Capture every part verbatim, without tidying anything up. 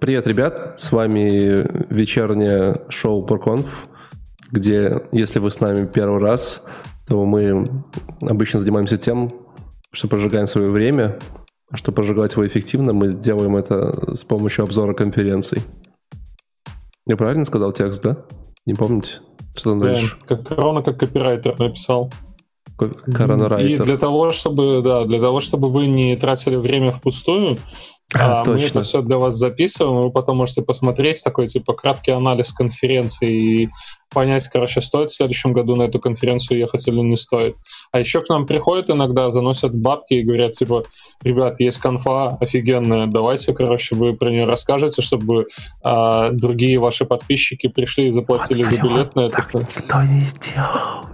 Привет, ребят! С вами вечернее шоу ProConf, где, если вы с нами первый раз, то мы обычно занимаемся тем, что прожигаем свое время. А чтобы прожигать его эффективно, мы делаем это с помощью обзора конференций. Я правильно сказал текст, да? Не помните? Что там да, дальше? Как ровно как копирайтер написал. Коронарайтер. И для того, чтобы, да, для того, чтобы вы не тратили время впустую, а, а, мы это все для вас записываем, вы потом можете посмотреть такой типа краткий анализ конференции и понять, короче, стоит в следующем году на эту конференцию ехать или не стоит. А еще к нам приходят иногда, заносят бабки и говорят, типа, ребят, есть конфа офигенная, давайте, короче, вы про нее расскажете, чтобы а, другие ваши подписчики пришли и заплатили вот за билет на это. Так никто не делал.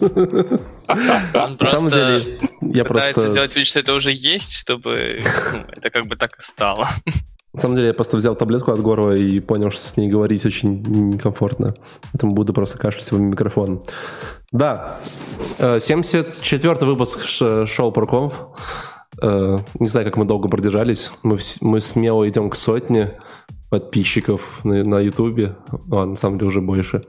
Он На самом деле, я пытается просто... сделать вид, что это уже есть, чтобы ну, это как бы так и стало. На самом деле, я просто взял таблетку от горла и понял, что с ней говорить очень некомфортно. Поэтому буду просто кашлять в микрофон. Да, семьдесят четвёртый выпуск шоу ProConf. Не знаю, как мы долго продержались. Мы, мы смело идем к сотне подписчиков на Ютубе. А, на самом деле уже больше.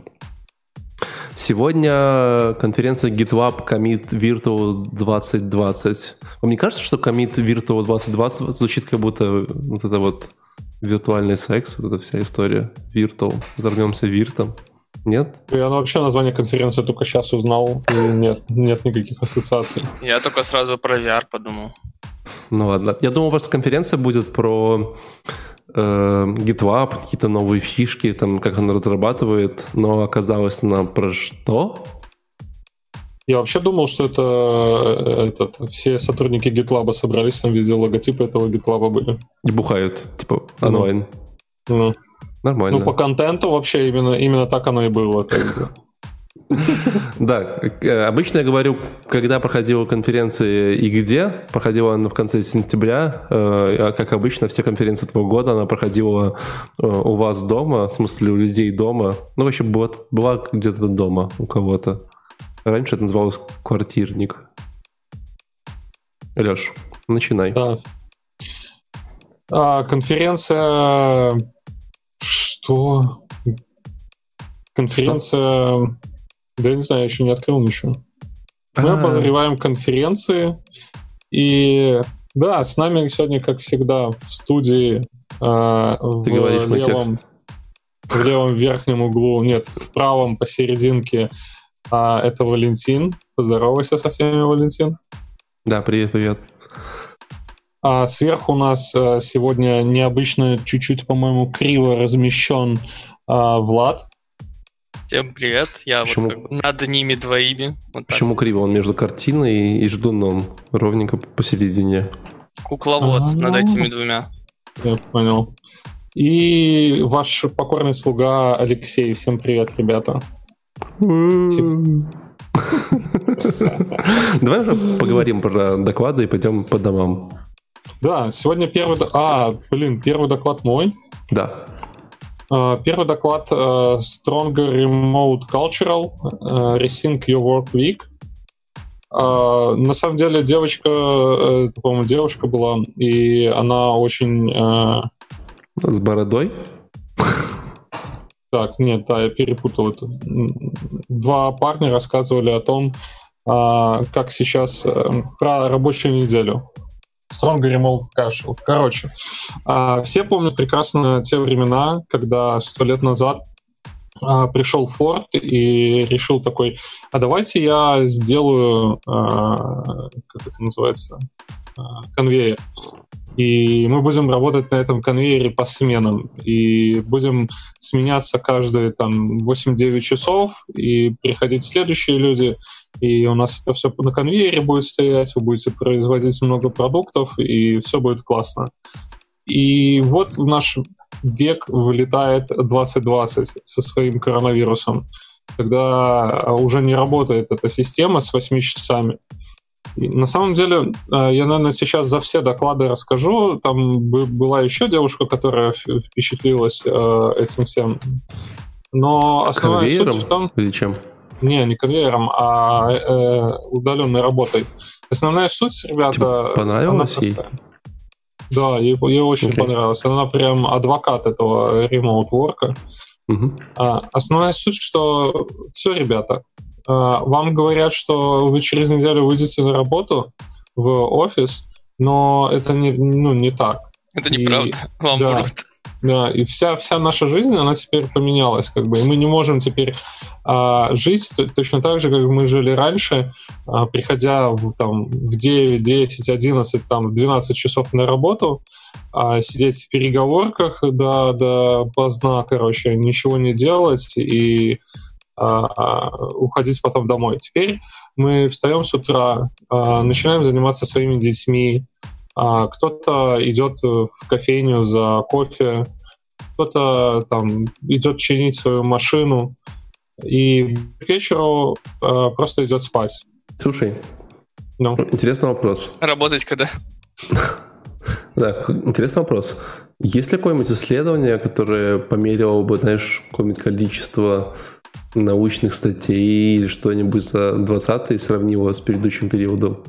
Сегодня конференция GitLab Commit Virtual двадцать двадцать. Вам не кажется, что Commit Virtual двадцать двадцать звучит как будто вот это вот виртуальный секс, вот эта вся история? Virtual. Взорвемся виртом. Нет? Я вообще название конференции только сейчас узнал, и нет, нет никаких ассоциаций. Я только сразу про ви ар подумал. Ну ладно. Я думал, просто конференция будет про GitLab, какие-то новые фишки, там, как он разрабатывает, но оказалось она про что? Я вообще думал, что это этот, все сотрудники GitLab собрались, там везде логотипы этого GitLab были. И бухают, типа, онлайн. Ну, нормально. Ну, по контенту вообще именно, именно так оно и было. Как бы. Да, обычно я говорю, когда проходила конференция и где. Проходила она в конце сентября. Как обычно, все конференции этого года она проходила у вас дома, в смысле у людей дома. Ну, вообще, была, была где-то дома у кого-то. Раньше это называлось квартирник. Леш, начинай. Да. А, конференция... Что? Конференция... Что? Да я не знаю, я еще не открыл ничего. Мы А-а-а. обозреваем конференции. И да, с нами сегодня, как всегда, в студии э, в, левом, в левом верхнем углу, нет, в правом посерединке э, это Валентин. Поздоровайся со всеми, Валентин. Да, привет, привет. А сверху у нас э, сегодня необычно, чуть-чуть, по-моему, криво размещен э, Влад. Всем привет, я вот как бы над ними двоими. Вот Почему криво? Он между картиной и ждуном, ровненько посередине. Кукловод А-а-а. над этими двумя. Я понял. И ваш покорный слуга Алексей. Всем привет, ребята. Давай уже поговорим про доклады и пойдем по домам. Да, сегодня первый... А, блин, первый доклад мой. Да. Первый доклад uh, Stronger Remote Cultural uh, Rethink Your Work Week. Uh, на самом деле девочка, это, по-моему, девушка была, и она очень... Uh... С бородой? Так, нет, да, я перепутал это. Два парня рассказывали о том, uh, как сейчас... Uh, про рабочую неделю. Stronger Remote Cultural. Короче, а, все помнят прекрасно те времена, когда сто лет назад а, пришел Ford и решил такой, а давайте я сделаю, а, как это называется, а, конвейер. И мы будем работать на этом конвейере по сменам. И будем сменяться каждые там восемь-девять часов, и приходить следующие люди, и у нас это все на конвейере будет стоять, вы будете производить много продуктов, и все будет классно. И вот в наш век вылетает двадцать двадцать со своим коронавирусом, когда уже не работает эта система с восьми часами. И на самом деле, я, наверное, сейчас за все доклады расскажу. Там была еще девушка, которая впечатлилась этим всем. Но основная конвейером суть в том... Или чем? Не, не конвейером, а э, удаленной работой. Основная суть, ребята... Тебе понравилось ей? Да, ей, ей очень okay. понравилось. Она прям адвокат этого ремоут-ворка. Uh-huh. А, основная суть, что все, ребята, а, вам говорят, что вы через неделю выйдете на работу в офис, но это не, ну, не так. Это неправда. Вам да, врут. Да, и вся, вся наша жизнь, она теперь поменялась, как бы, и мы не можем теперь а, жить точно так же, как мы жили раньше, а, приходя в, там, в девять, десять, одиннадцать, там, двенадцать часов на работу, а, сидеть в переговорках до, до поздна, короче, ничего не делать и а, а, уходить потом домой. Теперь мы встаем с утра, а, начинаем заниматься своими детьми, а кто-то идет в кофейню за кофе, кто-то там идет чинить свою машину и к вечеру а, просто идет спать. Слушай, ну. Интересный вопрос. Работать когда? Да, интересный вопрос. Есть ли какое-нибудь исследование, которое померило бы, знаешь, какое-нибудь количество научных статей или что-нибудь за двадцатый и сравнило с предыдущим периодом?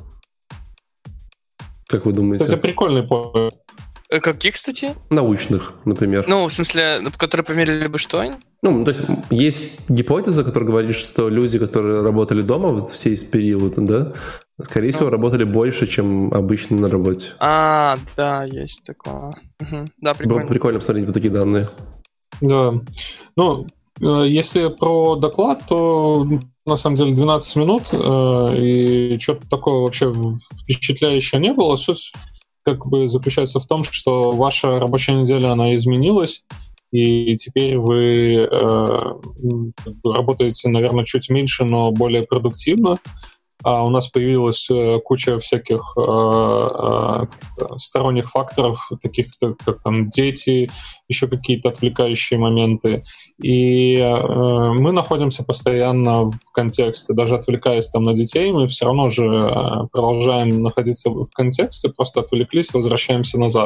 Как вы думаете? Это прикольный поинт. Каких статей? Научных, например. Ну, в смысле, которые померили бы что? Ну, то есть есть гипотеза, которая говорит, что люди, которые работали дома вот все из периода, да, скорее ну. всего, работали больше, чем обычно на работе. А, да, есть такое. Угу. Да, прикольно. Было бы прикольно посмотреть вот такие данные. Да. Ну, если про доклад, то на самом деле двенадцать минут, и что-то такое вообще впечатляющее не было. Суть как бы заключается в том, что ваша рабочая неделя, она изменилась, и теперь вы э, работаете, наверное, чуть меньше, но более продуктивно. А у нас появилась э, куча всяких э, э, сторонних факторов, таких как там дети, еще какие-то отвлекающие моменты. И э, мы находимся постоянно в контексте. Даже отвлекаясь там на детей, мы все равно же э, продолжаем находиться в контексте, просто отвлеклись, возвращаемся назад.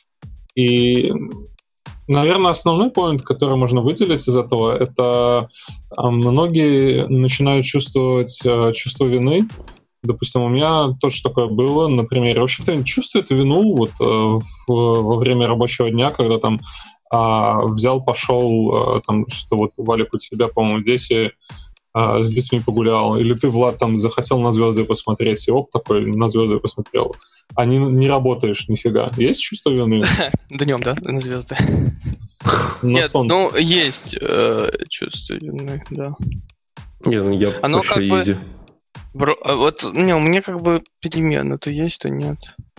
И, наверное, основной поинт, который можно выделить из этого, это а, многие начинают чувствовать а, чувство вины. Допустим, у меня тоже такое было, например, вообще кто-нибудь чувствует вину вот, а, в, во время рабочего дня, когда там а, взял, пошел, а, там, что вот, Валик, у тебя, по-моему, дети, а, с детьми погулял, или ты, Влад, там захотел на звезды посмотреть, и оп, такой на звезды посмотрел. А не, не работаешь нифига. Есть чувство вины? Днем, да? На звезды. Нет, ну, есть чувство вины, да. Нет, ну я вообще изи. Вот, не, у меня как бы переменно, то есть, то нет.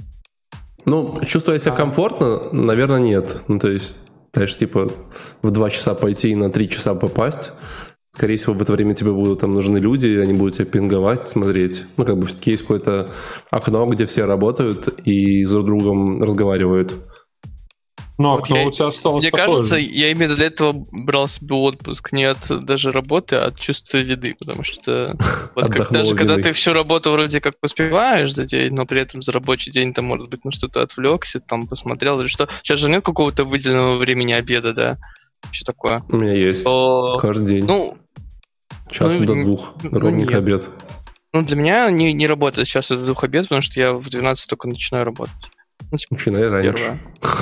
Ну, чувствуя себя комфортно, наверное, нет. Ну, то есть, знаешь, типа, в два часа пойти и на три часа попасть. Скорее всего, в это время тебе будут там нужны люди, они будут тебя пинговать, смотреть. Ну, как бы все-таки есть какое-то окно, где все работают и с друг другом разговаривают. Ну, окно вот у тебя осталось Мне такое кажется, же. я именно для этого брал себе отпуск не от даже работы, а от чувства вины, потому что вот как, даже когда ты всю работу вроде как успеваешь за день, но при этом за рабочий день там, может быть, на что-то отвлекся, там посмотрел или что. Сейчас же нет какого-то выделенного времени обеда, да? Что такое? У меня есть. То... Каждый день. Ну, Час ну, до двух. Ну, ровненько обед. Ну, для меня не, не работает сейчас до двух обед, потому что я в двенадцать только начинаю работать. Ну, типа, начинай раньше.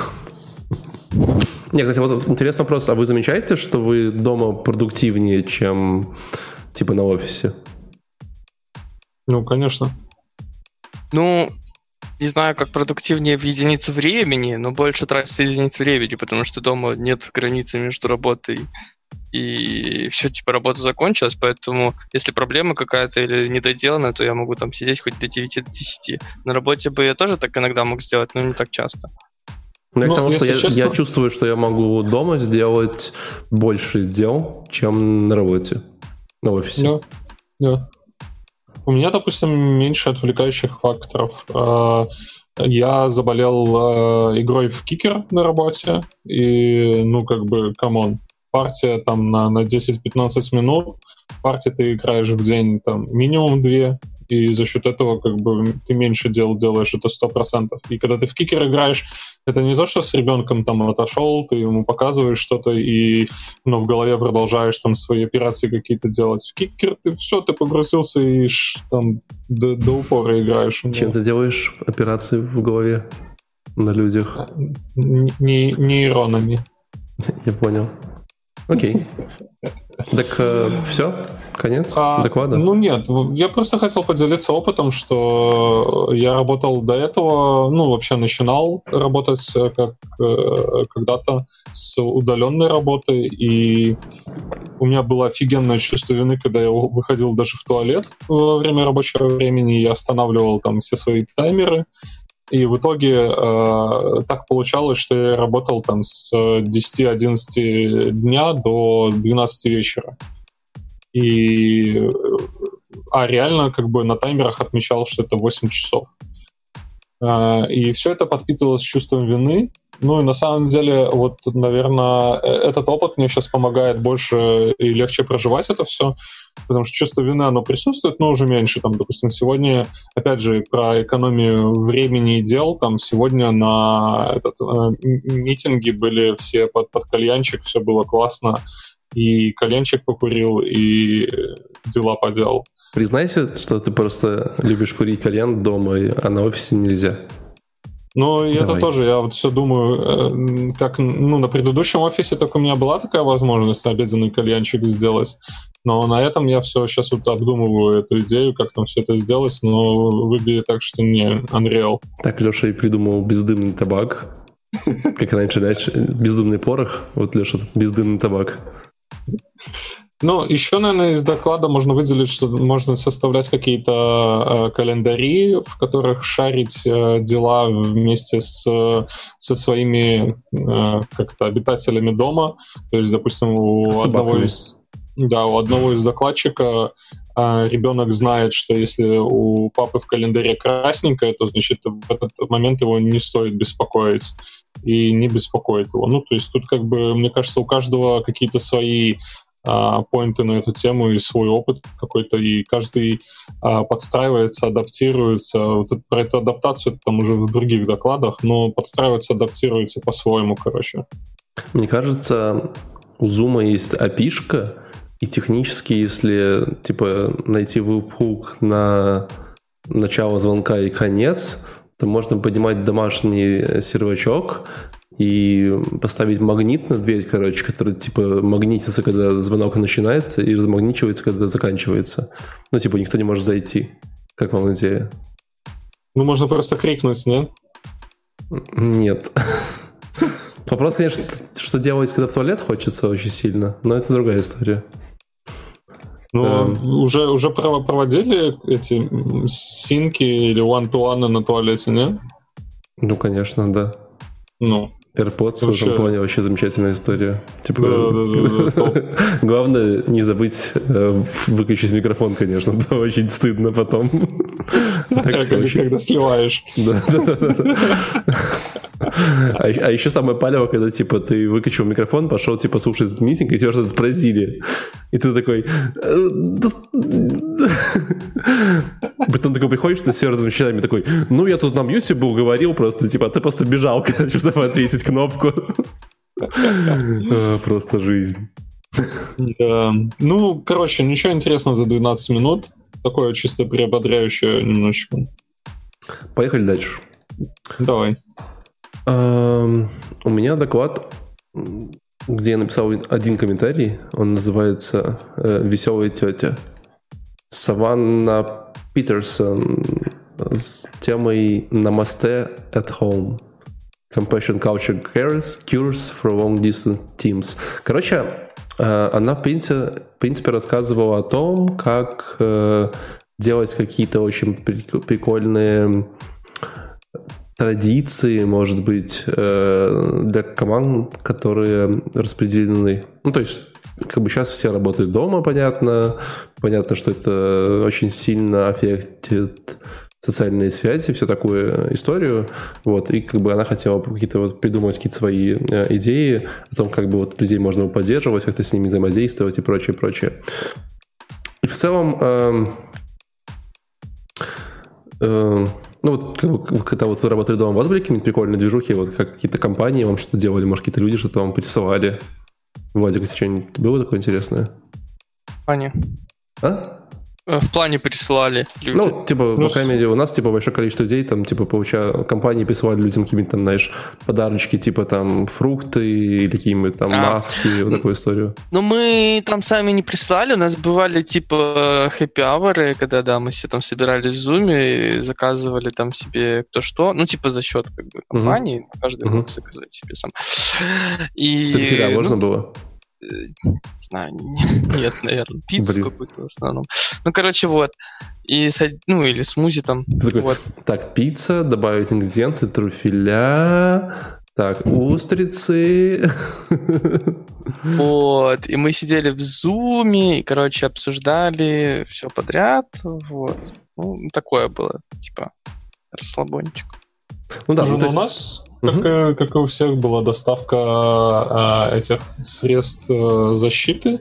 Нет, кстати, вот интересный вопрос. А вы замечаете, что вы дома продуктивнее, чем типа на офисе? Ну, конечно. Ну, не знаю, как продуктивнее в единицу времени, но больше тратится единиц времени, потому что дома нет границы между работой и все, типа, работа закончилась, поэтому если проблема какая-то или недоделанная, то я могу там сидеть хоть до девяти-десяти. На работе бы я тоже так иногда мог сделать, но не так часто. Ну, потому что я, честно... я чувствую, что я могу дома сделать больше дел, чем на работе, на офисе. Да, да. У меня, допустим, меньше отвлекающих факторов. Я заболел игрой в кикер на работе, и, ну, как бы, камон, партия там на, на десять-пятнадцать минут, партия ты играешь в день там минимум две, и за счет этого как бы ты меньше дел делаешь, это сто процентов. И когда ты в кикер играешь, это не то, что с ребенком там отошел, ты ему показываешь что-то, и ну, в голове продолжаешь там свои операции какие-то делать. В кикер ты все, ты погрузился и ш, там до, до упора играешь. Чем ты делаешь операции в голове? на людях. Не нейронами. Я понял. Окей. Так э, все? Конец а, доклада? Ну нет, я просто хотел поделиться опытом, что я работал до этого, ну вообще начинал работать как когда-то с удаленной работой, и у меня было офигенное чувство вины, когда я выходил даже в туалет во время рабочего времени, я останавливал там все свои таймеры. И в итоге э, так получалось, что я работал там с десяти-одиннадцати дня до двенадцати вечера. И, а реально как бы на таймерах отмечал, что это восемь часов. Э, и все это подпитывалось чувством вины. Ну и на самом деле, вот, наверное, этот опыт мне сейчас помогает больше и легче проживать это все, потому что чувство вины, оно присутствует, но уже меньше. Там, допустим, сегодня, опять же, про экономию времени и дел, там сегодня на этот, э, митинги были все под, под кальянчик, все было классно, и кальянчик покурил, и дела поделал. Признайся, что ты просто любишь курить кальян дома, а на офисе нельзя. Ну, и Давай. Это тоже, я вот все думаю, как, ну, на предыдущем офисе только у меня была такая возможность обеденный кальянчик сделать, но на этом я все сейчас вот обдумываю эту идею, как там все это сделать, но выглядит так, что не Unreal. Так Леша и придумал бездымный табак, как раньше, раньше бездымный порох, вот Леша, бездымный табак. Ну, еще, наверное, из доклада можно выделить, что можно составлять какие-то э, календари, в которых шарить э, дела вместе с, со своими э, как-то обитателями дома. То есть, допустим, у одного из, да, у одного из докладчика э, ребенок знает, что если у папы в календаре красненькое, то, значит, в этот момент его не стоит беспокоить. И не беспокоит его. Ну, то есть тут, как бы, мне кажется, у каждого какие-то свои поинты на эту тему и свой опыт какой-то, и каждый а, подстраивается, адаптируется. Вот это, про эту адаптацию это там уже в других докладах, но подстраивается, адаптируется по-своему, короче. Мне кажется, у Zoom есть эй пи ай-шка, и технически, если типа найти веб-хук на начало звонка и конец, то можно поднимать домашний сервачок и поставить магнит на дверь, короче, который, типа, магнитится, когда звонок начинается, и размагничивается, когда заканчивается. Ну, типа, никто не может зайти. Как вам идея? Ну, можно просто крикнуть, нет? Нет. Вопрос, конечно, что делать, когда в туалет хочется очень сильно, но это другая история. Ну, эм. уже, уже проводили эти синки или one-to-one на туалете, нет? Ну, конечно, да. Ну, AirPods в этом плане вообще замечательная история. Типа, да, да, да, да, главное не забыть э, выключить микрофон, конечно. Да, очень стыдно потом. Так все очень. Когда сливаешь. Да, да, да. А, а еще самое палево, когда, типа, ты выключил микрофон, пошел, типа, слушать митинг, и тебя что-то спросили. И ты такой... Потом такой приходишь на серверными вещами, такой, ну, я тут на мьюте был, говорил просто, типа, а ты просто бежал, короче, чтобы ответить кнопку. Просто жизнь. Ну, короче, ничего интересного за двенадцать минут. Такое чисто приободряющее немножечко. Поехали дальше. Давай. Uh, у меня доклад, где я написал один комментарий. Он называется uh, «Веселая тетя». Саванна Питерсон с темой «Namaste at home. Compassion culture cures, cures for long distance teams». Короче, uh, она в принципе, в принципе рассказывала о том, как uh, делать какие-то очень прикольные традиции, может быть, для команд, которые распределены. Ну, то есть, как бы сейчас все работают дома, понятно. Понятно, что это очень сильно аффектит социальные связи, всю такую историю. Вот, и как бы она хотела какие-то вот придумать какие-то свои идеи о том, как бы вот людей можно поддерживать, как-то с ними взаимодействовать и прочее, прочее. И в целом... Э, э, Ну, вот, как бы, когда вот вы работали дома, у вас были какие-нибудь прикольные движухи, вот как какие-то компании вам что-то делали, может, какие-то люди что-то вам присылали? Владик, у тебя что-нибудь было такое интересное? Аня. А? В плане прислали люди. Ну, типа, Ну, по крайней мере, у нас, типа, большое количество людей, там, типа, получая, компании присылали людям какие-нибудь, там, знаешь, подарочки, типа, там, фрукты или какие-нибудь, там, А. маски, вот такую историю. Ну, мы там сами не прислали, у нас бывали, типа, хэппи-аворы, когда, да, мы все там собирались в зуме и заказывали там себе кто что, ну, типа, за счет, как бы, компании, угу. каждый угу. мог заказать себе сам. И... Перфиля ну, можно было? Не знаю, нет, наверное, пиццу Блин. какую-то в основном. Ну, короче, вот. И, ну, или смузи там. Такой, вот. Так, пицца, добавить ингредиенты, трюфеля, так, устрицы. Вот. И мы сидели в зуме, и, короче, обсуждали все подряд. Вот. Ну, такое было, типа, расслабончик. Ну да, ну, есть... у нас... Как, угу. как и у всех была доставка а, этих средств а, защиты,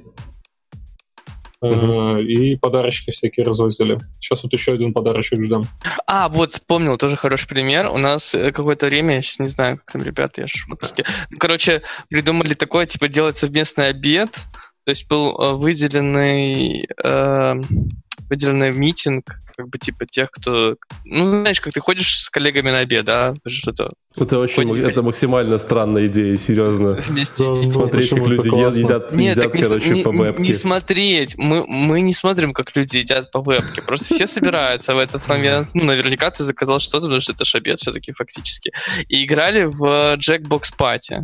угу. а, и подарочки всякие развозили. Сейчас вот еще один подарочек ждем. А, вот, вспомнил, тоже хороший пример. У нас какое-то время, я сейчас не знаю, как там ребята, я же в отпуске. Короче, придумали такое, типа, делать совместный обед. То есть был выделенный, э, выделенный митинг, как бы, типа, тех, кто... Ну, знаешь, как ты ходишь с коллегами на обед, да? Что-то... Это очень, ходить, это максимально странная идея, серьезно. Вместе. Да, смотреть, как люди едят, Нет, едят, не, короче, не, по вебке. Не смотреть. Мы, мы не смотрим, как люди едят по вебке. Просто все собираются в этот момент. Ну, наверняка ты заказал что-то, потому что это ж обед все-таки фактически. И играли в Jackbox Party.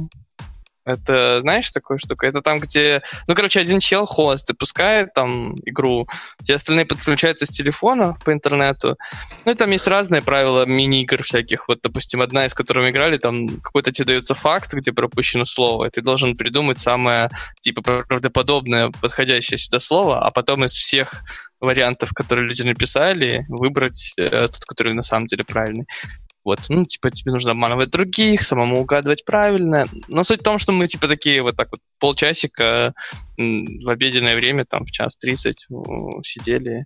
Это, знаешь, такая штука? Это там, где... Ну, короче, один чел, хост, запускает там игру, все остальные подключаются с телефона по интернету. Ну, и там есть разные правила мини-игр всяких. Вот, допустим, одна из которых мы играли, там какой-то тебе дается факт, где пропущено слово, и ты должен придумать самое, типа, правдоподобное, подходящее сюда слово, а потом из всех вариантов, которые люди написали, выбрать э, тот, который на самом деле правильный. Вот, ну, типа, тебе нужно обманывать других, самому угадывать правильно. Но суть в том, что мы, типа, такие вот так вот полчасика в обеденное время, там, в час тридцать сидели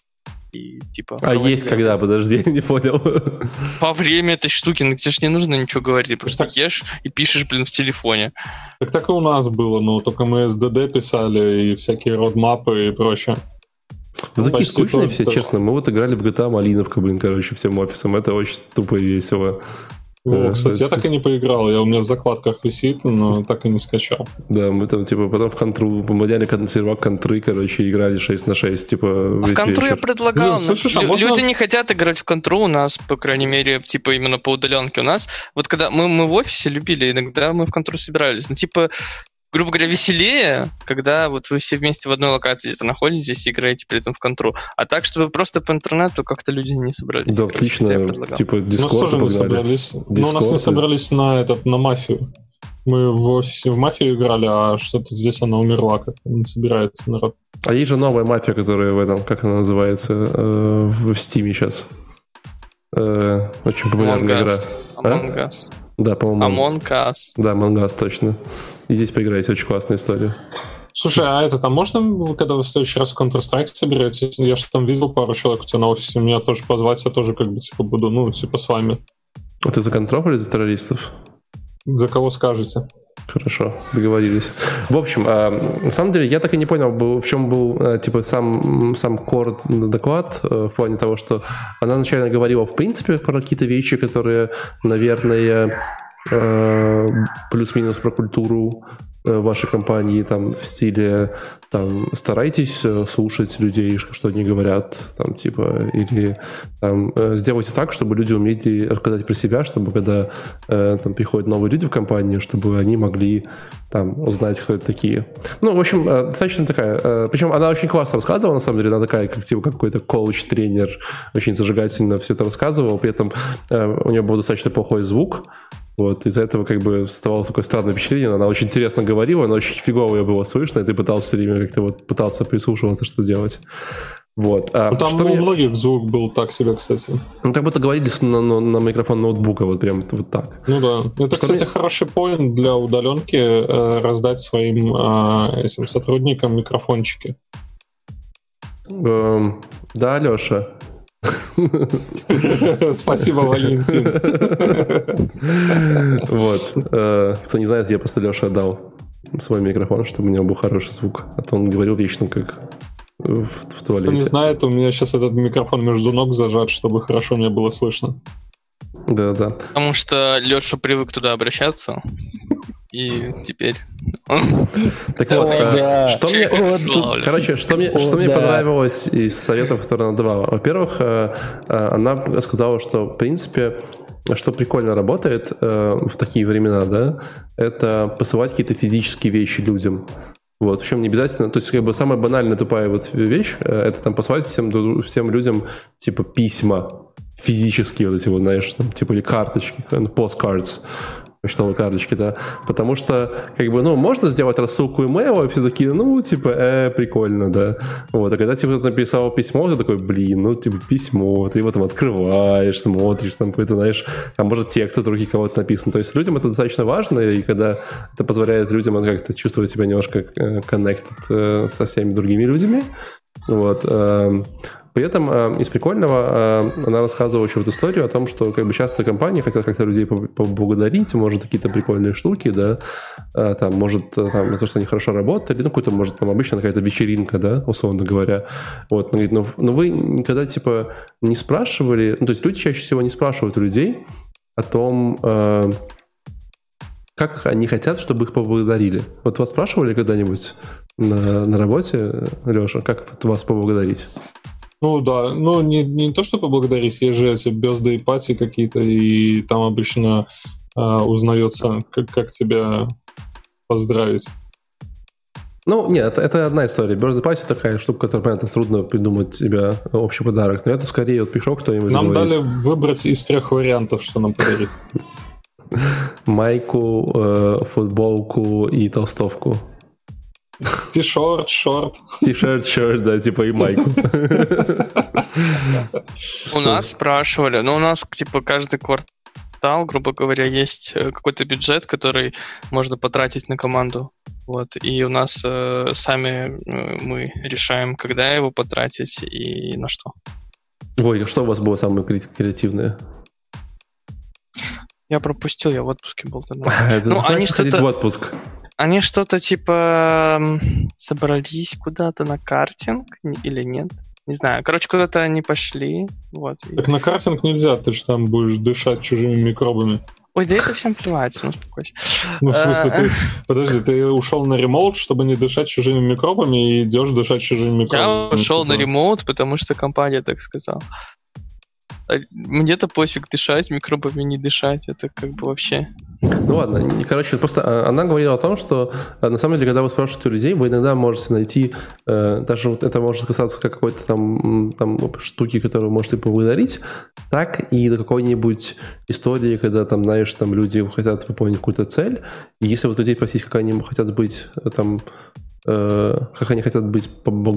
и, типа... А есть время. Когда? Подожди, не понял. По время этой штуки, ну, тебе ж не нужно ничего говорить, ты просто так... ешь и пишешь, блин, в телефоне. Так так и у нас было, ну, только мы эс ди ди писали и всякие родмапы и прочее. Вы ну, такие скучные все, тоже. Честно. Мы вот играли в джи ти эй Малиновка, блин, короче, всем офисом. Это очень тупо и весело. О, кстати, я так и не поиграл. Я у меня в закладках висит, но так и не скачал. Да, мы там, типа, потом в контру, помоняли сервак контры, короче, играли шесть на шесть, типа, а в контру вечер. Я предлагал. Ну, слышишь, а Лю- можно... Люди не хотят играть в контру у нас, по крайней мере, типа, именно по удаленке. У нас, вот когда мы, мы в офисе любили, иногда мы в контру собирались. Ну, типа, грубо говоря, веселее, когда вот вы все вместе в одной локации где-то находитесь и играете при этом в контру. А так, чтобы просто по интернету как-то люди не собрались. Да, отлично. Типа Discord. У нас тоже не собрались. Но у нас не собрались на, этот, на мафию. Мы в офисе в мафию играли, а что-то здесь она умерла, как-то не собирается народ. А есть же новая мафия, которая в этом, как она называется, э, в Steam сейчас. Э, очень популярная игра. Among Us. Да, по-моему. Among Us. Да, Among Us, точно. И здесь поиграете, очень классная история. Слушай, а это там можно, когда вы в следующий раз в Counter-Strike соберетесь? Я же там видел пару человек у тебя на офисе, меня тоже позвать, я тоже как бы типа буду, ну, типа с вами. А ты за контроль или за террористов? За кого скажете. Хорошо, договорились. В общем, э, на самом деле я так и не понял, был, в чем был э, типа сам, сам core доклад, э, в плане того, что она вначале говорила в принципе про какие-то вещи, которые, наверное, э, плюс-минус про культуру э, вашей компании, там, в стиле, там, старайтесь э, слушать людей, что они говорят, там, типа, или там, э, сделайте так, чтобы люди умели рассказать про себя, чтобы когда э, там приходят новые люди в компанию, чтобы они могли там узнать, кто это такие. Ну, в общем, э, достаточно такая, э, причем она очень классно рассказывала, на самом деле, она такая, как типа какой-то коуч-тренер, очень зажигательно все это рассказывала, при этом э, у нее был достаточно плохой звук. Вот, из-за этого как бы оставалось такое странное впечатление. Она очень интересно говорила, но очень фигово ее было слышно, и ты пытался все время как-то вот пытался прислушиваться, что делать. Вот. А, ну, там что у мне... многих звук был так себе, кстати. Ну, как будто говорили на, на, на микрофон ноутбука, вот прям вот так. Ну да. Это, что кстати, мне... хороший поинт для удаленки, э, раздать своим э, этим сотрудникам микрофончики. Эм, да, Леша. Спасибо, Валентин. Вот. Кто не знает, я просто Леше отдал свой микрофон, чтобы у него был хороший звук. А то он говорил вечно как в, в туалете. Кто не знает, у меня сейчас этот микрофон между ног зажат, чтобы хорошо мне было слышно. Да-да. Потому что Леша привык туда обращаться, и теперь... Так вот, что мне... Короче, что мне что мне понравилось из советов, которые она давала. Во-первых, она сказала, что, в принципе, что прикольно работает в такие времена, да, это посылать какие-то физические вещи людям. Вот, причем не обязательно, то есть как бы самая банальная тупая вот вещь, это там посылать всем, всем людям типа письма физические, вот эти вот, знаешь, там, типа или карточки, postcards, почтовые карточки, да, потому что, как бы, ну, можно сделать рассылку имейла, и все такие, ну, типа, э, прикольно, да, вот, а когда, типа, ты написал письмо, ты такой, блин, ну, типа, письмо, ты его там открываешь, смотришь, там, какой-то, знаешь, там, может, текст от других кого-то написан, то есть людям это достаточно важно, и когда это позволяет людям как-то чувствовать себя немножко connected со всеми другими людьми, вот, при этом э, из прикольного э, она рассказывала еще вот историю о том, что как бы часто компании хотят как-то людей поблагодарить, может, какие-то прикольные штуки, да, э, там, может, там, за то, что они хорошо работали, ну, какой-то, может, там, обычно какая-то вечеринка, да, условно говоря. Вот, но, но, но вы никогда, типа, не спрашивали, ну, то есть люди чаще всего не спрашивают у людей о том, э, как они хотят, чтобы их поблагодарили. Вот вас спрашивали когда-нибудь на, на работе, Леша, как вот вас поблагодарить? Ну да, ну не, не то, что поблагодарить, есть же эти birthday party какие-то, и там обычно э, узнается, как, как тебя поздравить. Ну, нет, это одна история. Birthday party такая штука, которая, понятно, трудно придумать себе общий подарок. Но я тут скорее вот пришел кто-нибудь. Нам говорит, дали выбрать из трех вариантов, что нам подарить. Майку, э, футболку и толстовку. Ти-шорт, шорт. Ти-шорт, шорт, да, типа и майку. У нас спрашивали, но у нас, типа, каждый квартал, грубо говоря, есть какой-то бюджет, который можно потратить на команду. Вот, и у нас э, сами э, мы решаем, когда его потратить и на что. Ой, что у вас было самое креативное? Я пропустил, я в отпуске был. Ну, они что-то... в отпуск. Они что-то типа собрались куда-то на картинг или нет? Не знаю. Короче, куда-то они пошли. Вот. Так на картинг нельзя, ты же там будешь дышать чужими микробами. Ой, да это всем плевать, ну успокойся. Ну, в смысле, ты, подожди, ты ушел на ремоут, чтобы не дышать чужими микробами, и идешь дышать чужими микробами. Я ушел на ремоут, потому что компания так сказала. Мне-то пофиг дышать, микробами не дышать, это как бы вообще... Ну ладно, короче, просто она говорила о том, что на самом деле, когда вы спрашиваете у людей, вы иногда можете найти, даже вот это может касаться как какой-то там, там штуки, которую вы можете поблагодарить, так и до какой-нибудь истории, когда там, знаешь, там люди хотят выполнить какую-то цель, и если вот людей просить, как они хотят быть там, как они хотят быть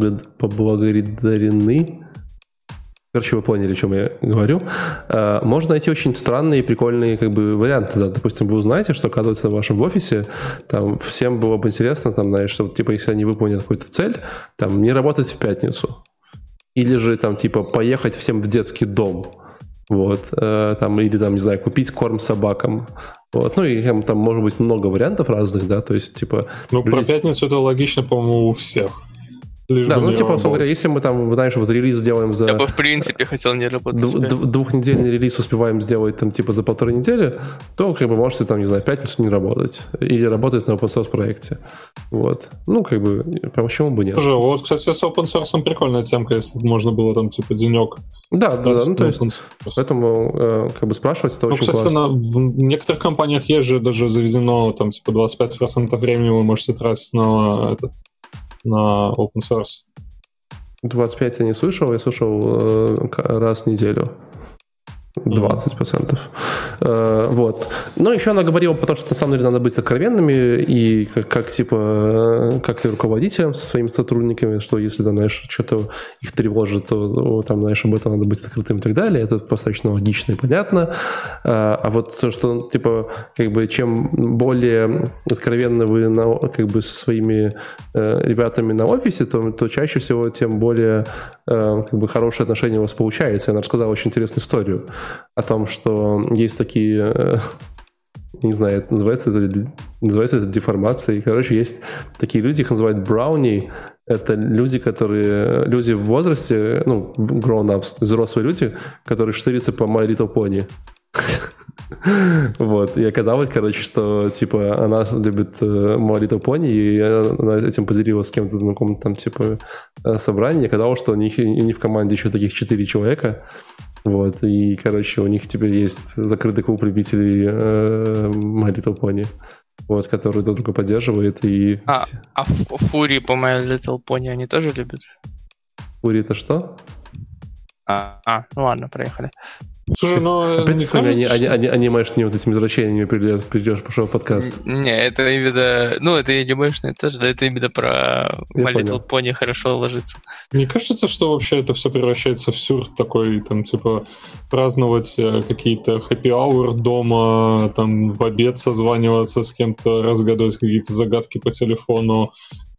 поблагодарены, короче, вы поняли, о чем я говорю. Можно найти очень странные и прикольные как бы варианты. Да. Допустим, вы узнаете, что, оказывается, в вашем офисе там всем было бы интересно, там, знаешь, что, типа, если они выполнят какую-то цель, там, не работать в пятницу. Или же, там, типа, поехать всем в детский дом. Вот. Там, или, там, не знаю, купить корм собакам. Вот. Ну, и там, там может быть много вариантов разных, да, то есть, типа... Ну, люди... про пятницу это логично, по-моему, у всех. Лишь да, ну, типа, говоря, если мы там, знаешь, вот релиз сделаем за... Я бы, в принципе, хотел не работать. Д- д- двухнедельный релиз успеваем сделать, там, типа, за полторы недели, то, как бы, можете, там, не знаю, пятницу не работать. Или работать на open-source проекте. Вот. Ну, как бы, почему бы нет? Слушай, вот, кстати, с open-source прикольная темка, если бы можно было, там, типа, денек. Да, да, да, ну, то есть, поэтому, э, как бы, спрашивать это ну, очень кстати, классно. На, в некоторых компаниях есть же даже завезено, там, типа, двадцать пять процентов времени вы можете тратить на этот, на open source. двадцать пять я не слышал, я слышал э, раз в неделю. двадцать процентов. Uh, вот. Но еще она говорила, потому что на самом деле надо быть откровенными и как, как типа, как и руководителям со своими сотрудниками, что если, там, знаешь, что-то их тревожит, то, там, знаешь, об этом надо быть открытым и так далее. Это достаточно логично и понятно. Uh, а вот то, что, типа, как бы, чем более откровенны вы на, как бы, со своими uh, ребятами на офисе, то, то чаще всего тем более uh, как бы, хорошие отношения у вас получается. Она рассказала очень интересную историю о том, что есть такие Не знаю, это называется, это, называется это деформацией. Короче, есть такие люди, их называют брауни. Это люди, которые... Люди в возрасте, ну, grown-ups, взрослые люди, которые штырятся по My Little Pony. Вот, и оказалось, короче, что, типа, она любит My Little Pony, и она этим поделилась с кем-то на каком-то там, типа, собрании. Оказалось, что у них, у них в команде еще таких четыре человека. Вот, и, короче, у них теперь есть закрытый клуб любителей э, My Little Pony, вот, который друг друга поддерживает. И... А, а Фури по My Little Pony они тоже любят? Фури это что? А, а, ну ладно, проехали. Слушай, ну, опять не с вами кажется, ани- что... ани- анимешными вот этими извращениями придешь, придешь, пошел подкаст. Не, это именно... Ну, это анимешное тоже, да, это именно про Я My понял. Little Pony хорошо ложится. Мне кажется, что вообще это все превращается в сюр такой, там, типа, праздновать э, какие-то хэппи-аур дома, там, в обед созваниваться с кем-то, разгадывать какие-то загадки по телефону,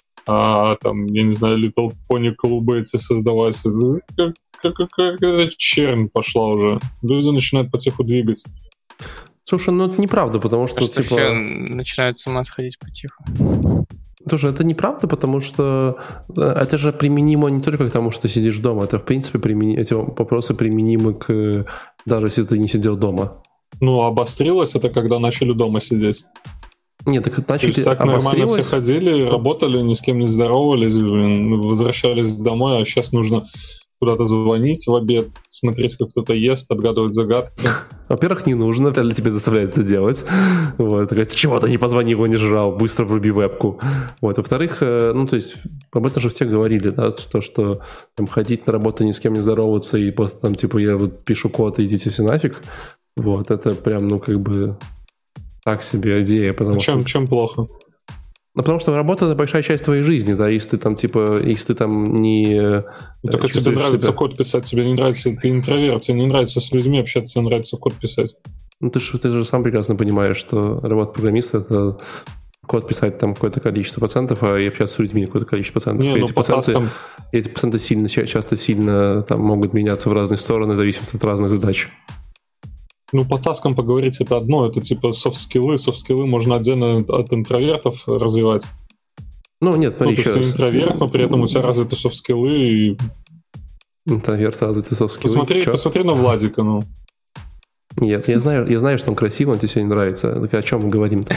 а, там, я не знаю, Little Pony клубы эти создавать. Как, как, как, какая-то чернь пошла уже. Люди начинают потиху двигать. Слушай, ну это неправда, потому что, Кажется, типа... все начинают с ума сходить потиху. Слушай, это неправда, потому что это же применимо не только к тому, что ты сидишь дома. Это, в принципе, примени... эти вопросы применимы к... даже если ты не сидел дома. Ну, обострилось это, когда начали дома сидеть. Нет, так То есть так нормально все ходили, работали, ни с кем не здоровались, блин, возвращались домой, а сейчас нужно куда-то звонить в обед, смотреть, как кто-то ест, отгадывать загадки. Во-первых, не нужно, вряд ли тебе заставляют это делать. Вот, такая, ты чего-то не позвонил, не жрал, быстро вруби вебку. Вот, во-вторых, ну, то есть, об этом же все говорили, да, то, что там ходить на работу, ни с кем не здороваться, и просто там, типа, я вот пишу код, и идите все нафиг. Вот, это прям, ну, как бы так себе идея, потому а чем, что... чем плохо? Ну, потому что работа — это большая часть твоей жизни, да, если ты там, типа, если ты там не... Ну, только тебе нравится себя... код писать, тебе не нравится, ты интроверт, тебе не нравится с людьми общаться, тебе нравится код писать. Ну, ты же, ты же сам прекрасно понимаешь, что работа программиста — это код писать там какое-то количество процентов, а и общаться с людьми какое-то количество процентов. Не, и ну, эти, по проценты, таскам... эти проценты сильно, часто сильно там могут меняться в разные стороны, в зависимости от разных задач. Ну, по таскам поговорить — это одно, это типа софт-скиллы, софт-скиллы можно отдельно от интровертов развивать. Ну, нет, смотри, ну, то есть ты интроверт, но при этом у тебя развиты софт-скиллы и... Интроверт, развиты софт-скиллы. Посмотри, посмотри на Владика, ну. Нет, я знаю, я знаю, что он красивый, он тебе сегодня нравится. Так о чем мы говорим-то?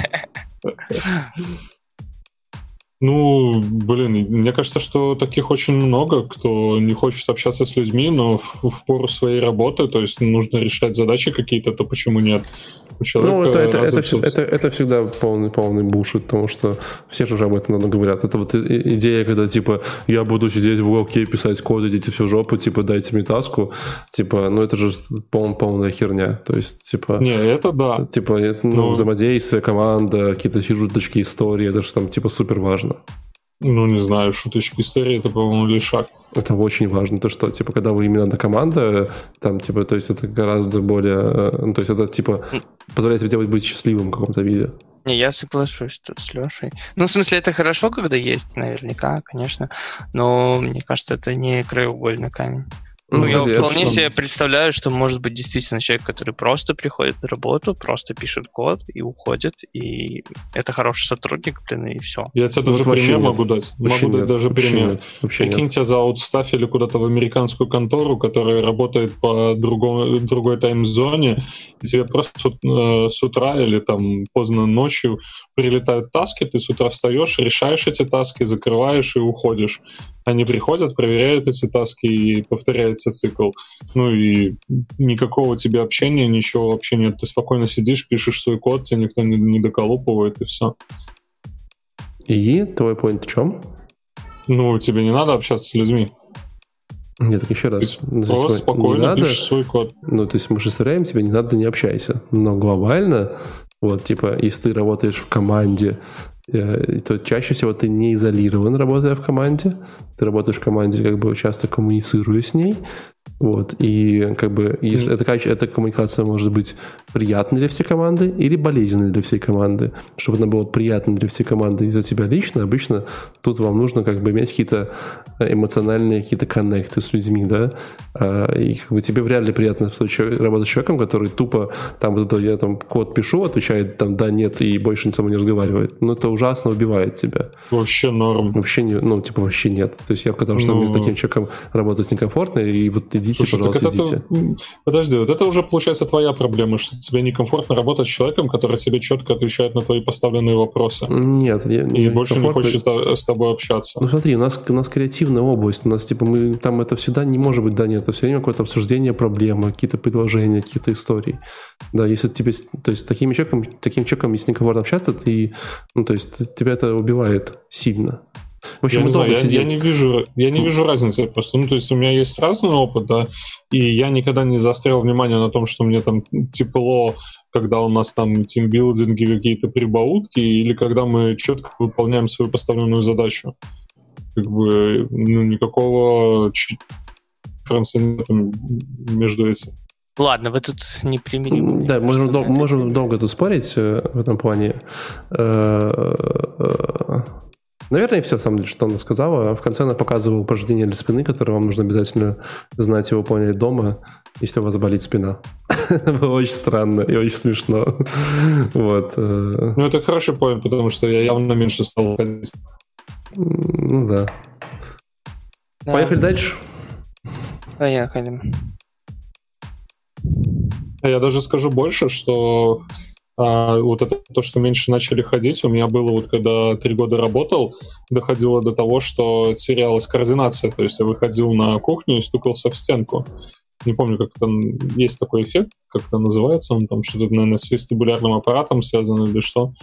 Ну, блин, мне кажется, что таких очень много, кто не хочет общаться с людьми, но в, в пору своей работы, то есть нужно решать задачи какие-то, то почему нет? У человека ну, это, это, это, соц... это, это всегда полный, полный бушит, потому что все же уже об этом давно говорят. Это вот идея, когда, типа, я буду сидеть в уголке, писать код, идите всю жопу, типа, дайте мне таску. Типа, ну, это же пол, полная херня. То есть, типа... Не, это да. Типа, это, ну, но... взаимодействие, команда, какие-то шуточки, истории, это же там, типа, супер важно. Ну, не знаю, шуточки истории, это, по-моему, лишак. Это очень важно, то, что, типа, когда вы именно одна команда, там, типа, то есть это гораздо более, ну, то есть это, типа, позволяет тебе делать быть счастливым в каком-то виде. Не, я соглашусь тут с Лешей. Ну, в смысле, это хорошо, когда есть, наверняка, конечно, но, мне кажется, это не краеугольный камень. Ну, ну я вполне себе представляю, что может быть действительно человек, который просто приходит на работу, просто пишет код и уходит, и это хороший сотрудник, блин, и все. Я тебе даже вот пример могу дать. Вообще могу нет. дать даже вообще пример. Нет. Вообще Прикинь, нет. тебя заутстафили куда-то в американскую контору, которая работает по другому, другой тайм-зоне, и тебе просто с, э, с утра или там поздно ночью прилетают таски, ты с утра встаешь, решаешь эти таски, закрываешь и уходишь. Они приходят, проверяют эти таски и повторяется цикл. Ну и никакого тебе общения, ничего вообще нет. Ты спокойно сидишь, пишешь свой код, тебя никто не, не доколупывает, и все. И твой поинт в чем? Ну, тебе не надо общаться с людьми. Нет, так еще раз. Ты просто спокойно надо, пишешь свой код. Ну, то есть мы же оставляем тебе, не надо, не общайся. Но глобально, вот, типа, если ты работаешь в команде, то чаще всего ты не изолирован, работая в команде. Ты работаешь в команде, как бы часто коммуницируя с ней. Вот, и как бы если mm. эта, эта коммуникация может быть приятной для всей команды или болезненной для всей команды. Чтобы она была приятной для всей команды из-за тебя лично, обычно тут вам нужно как бы иметь какие-то эмоциональные какие-то коннекты с людьми, да, и как бы тебе вряд ли приятно работать с человеком, который тупо там вот это я там код пишу, отвечает там да, нет и больше ни с собой не разговаривает. Ну, это ужасно убивает тебя. Вообще норм. Вообще не, ну, типа вообще нет. То есть я потому что ну... мне с таким человеком работать некомфортно, и вот идите, слушай, пожалуйста, идите. Это, подожди, вот это уже получается твоя проблема, что тебе некомфортно работать с человеком, который тебе четко отвечает на твои поставленные вопросы. Нет. Я, и больше не хочет с тобой общаться. Ну смотри, у нас, у нас креативная область, у нас типа мы там это всегда не может быть, да, нет, это все время какое-то обсуждение проблемы, какие-то предложения, какие-то истории. Да, если тебе, то есть таким человеком, таким человеком, если некомфортно общаться, ты, ну то есть тебя это убивает сильно. В общем, я, мы не знаю, я, я не вижу, я не вижу разницы просто. Ну, то есть у меня есть разный опыт, да, и я никогда не заострял внимание на том, что мне там тепло, когда у нас там тимбилдинги, какие-то прибаутки, или когда мы четко выполняем свою поставленную задачу. Как бы, ну, никакого difference нет между этим. Ладно, вы тут не примиримы. Да, можем, дол- можем долго тут спорить в этом плане. Наверное, все, самом деле, что она сказала. В конце она показывала упражнение для спины, которое вам нужно обязательно знать и выполнять дома, если у вас болит спина. Было очень странно и очень смешно. Вот. Ну, это хороший поинт, потому что я явно меньше стал ходить. Ну да. Поехали дальше? Поехали. Я даже скажу больше, что а, вот это то, что меньше начали ходить, у меня было вот когда три года работал, доходило до того, что терялась координация. То есть я выходил на кухню и стукался в стенку. Не помню, как там есть такой эффект, как это называется, он там что-то, наверное, с вестибулярным аппаратом связано или что.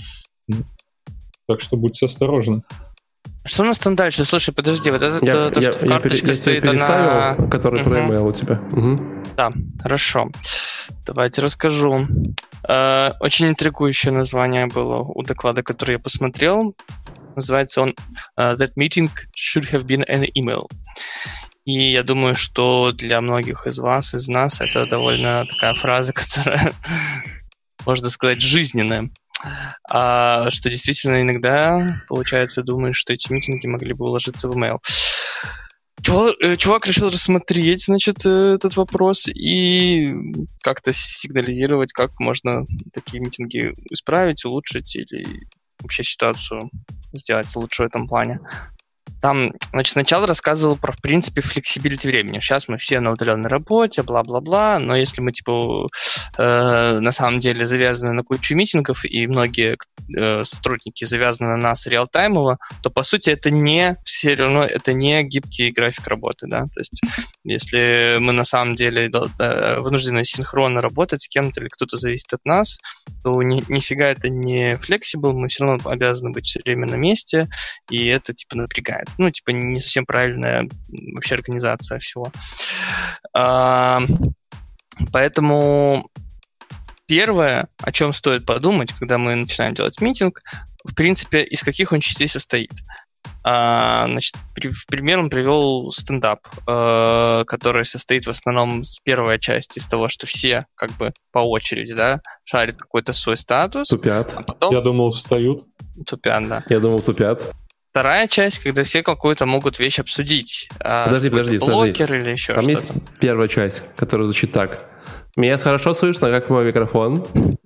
Так что будьте осторожны. Что у нас там дальше? Слушай, подожди, вот это я, то, я, что я карточка пере, стоит, я переставил, она... который про email у тебя. Угу. Да, хорошо. Давайте расскажу. Э, очень интригующее название было у доклада, который я посмотрел. Называется он uh, That meeting should have been an email. И я думаю, что для многих из вас, из нас, это довольно такая фраза, которая, можно сказать, жизненная. А, что действительно иногда, получается, думаешь, что эти митинги могли бы уложиться в email. Чувак, чувак решил рассмотреть, значит, этот вопрос и как-то сигнализировать, как можно такие митинги исправить, улучшить или вообще ситуацию сделать лучше в этом плане. Там, значит, сначала рассказывал про, в принципе, флексибилити времени. Сейчас мы все на удаленной работе, бла-бла-бла, но если мы, типа, э, на самом деле завязаны на кучу митингов, и многие э, сотрудники завязаны на нас реалтаймово, то, по сути, это не все равно, это не гибкий график работы, да, то есть если мы на самом деле да, вынуждены синхронно работать с кем-то или кто-то зависит от нас, то ни, нифига это не flexible, мы все равно обязаны быть все время на месте, и это, типа, напрягает. Ну, типа, не совсем правильная вообще организация всего. А, поэтому первое, о чем стоит подумать, когда мы начинаем делать митинг, в принципе, из каких он частей состоит. А, значит, в пример он привел стендап, э, который состоит в основном с первой части из того, что все как бы по очереди, да, шарят какой-то свой статус. Тупят. А потом... Я думал, встают. Тупят, да. Я думал, тупят. Вторая часть, когда все какую-то могут вещь обсудить. Подожди, подожди, блокер подожди. Или еще Там что-то. есть первая часть, которая звучит так. Меня хорошо слышно, как мой микрофон.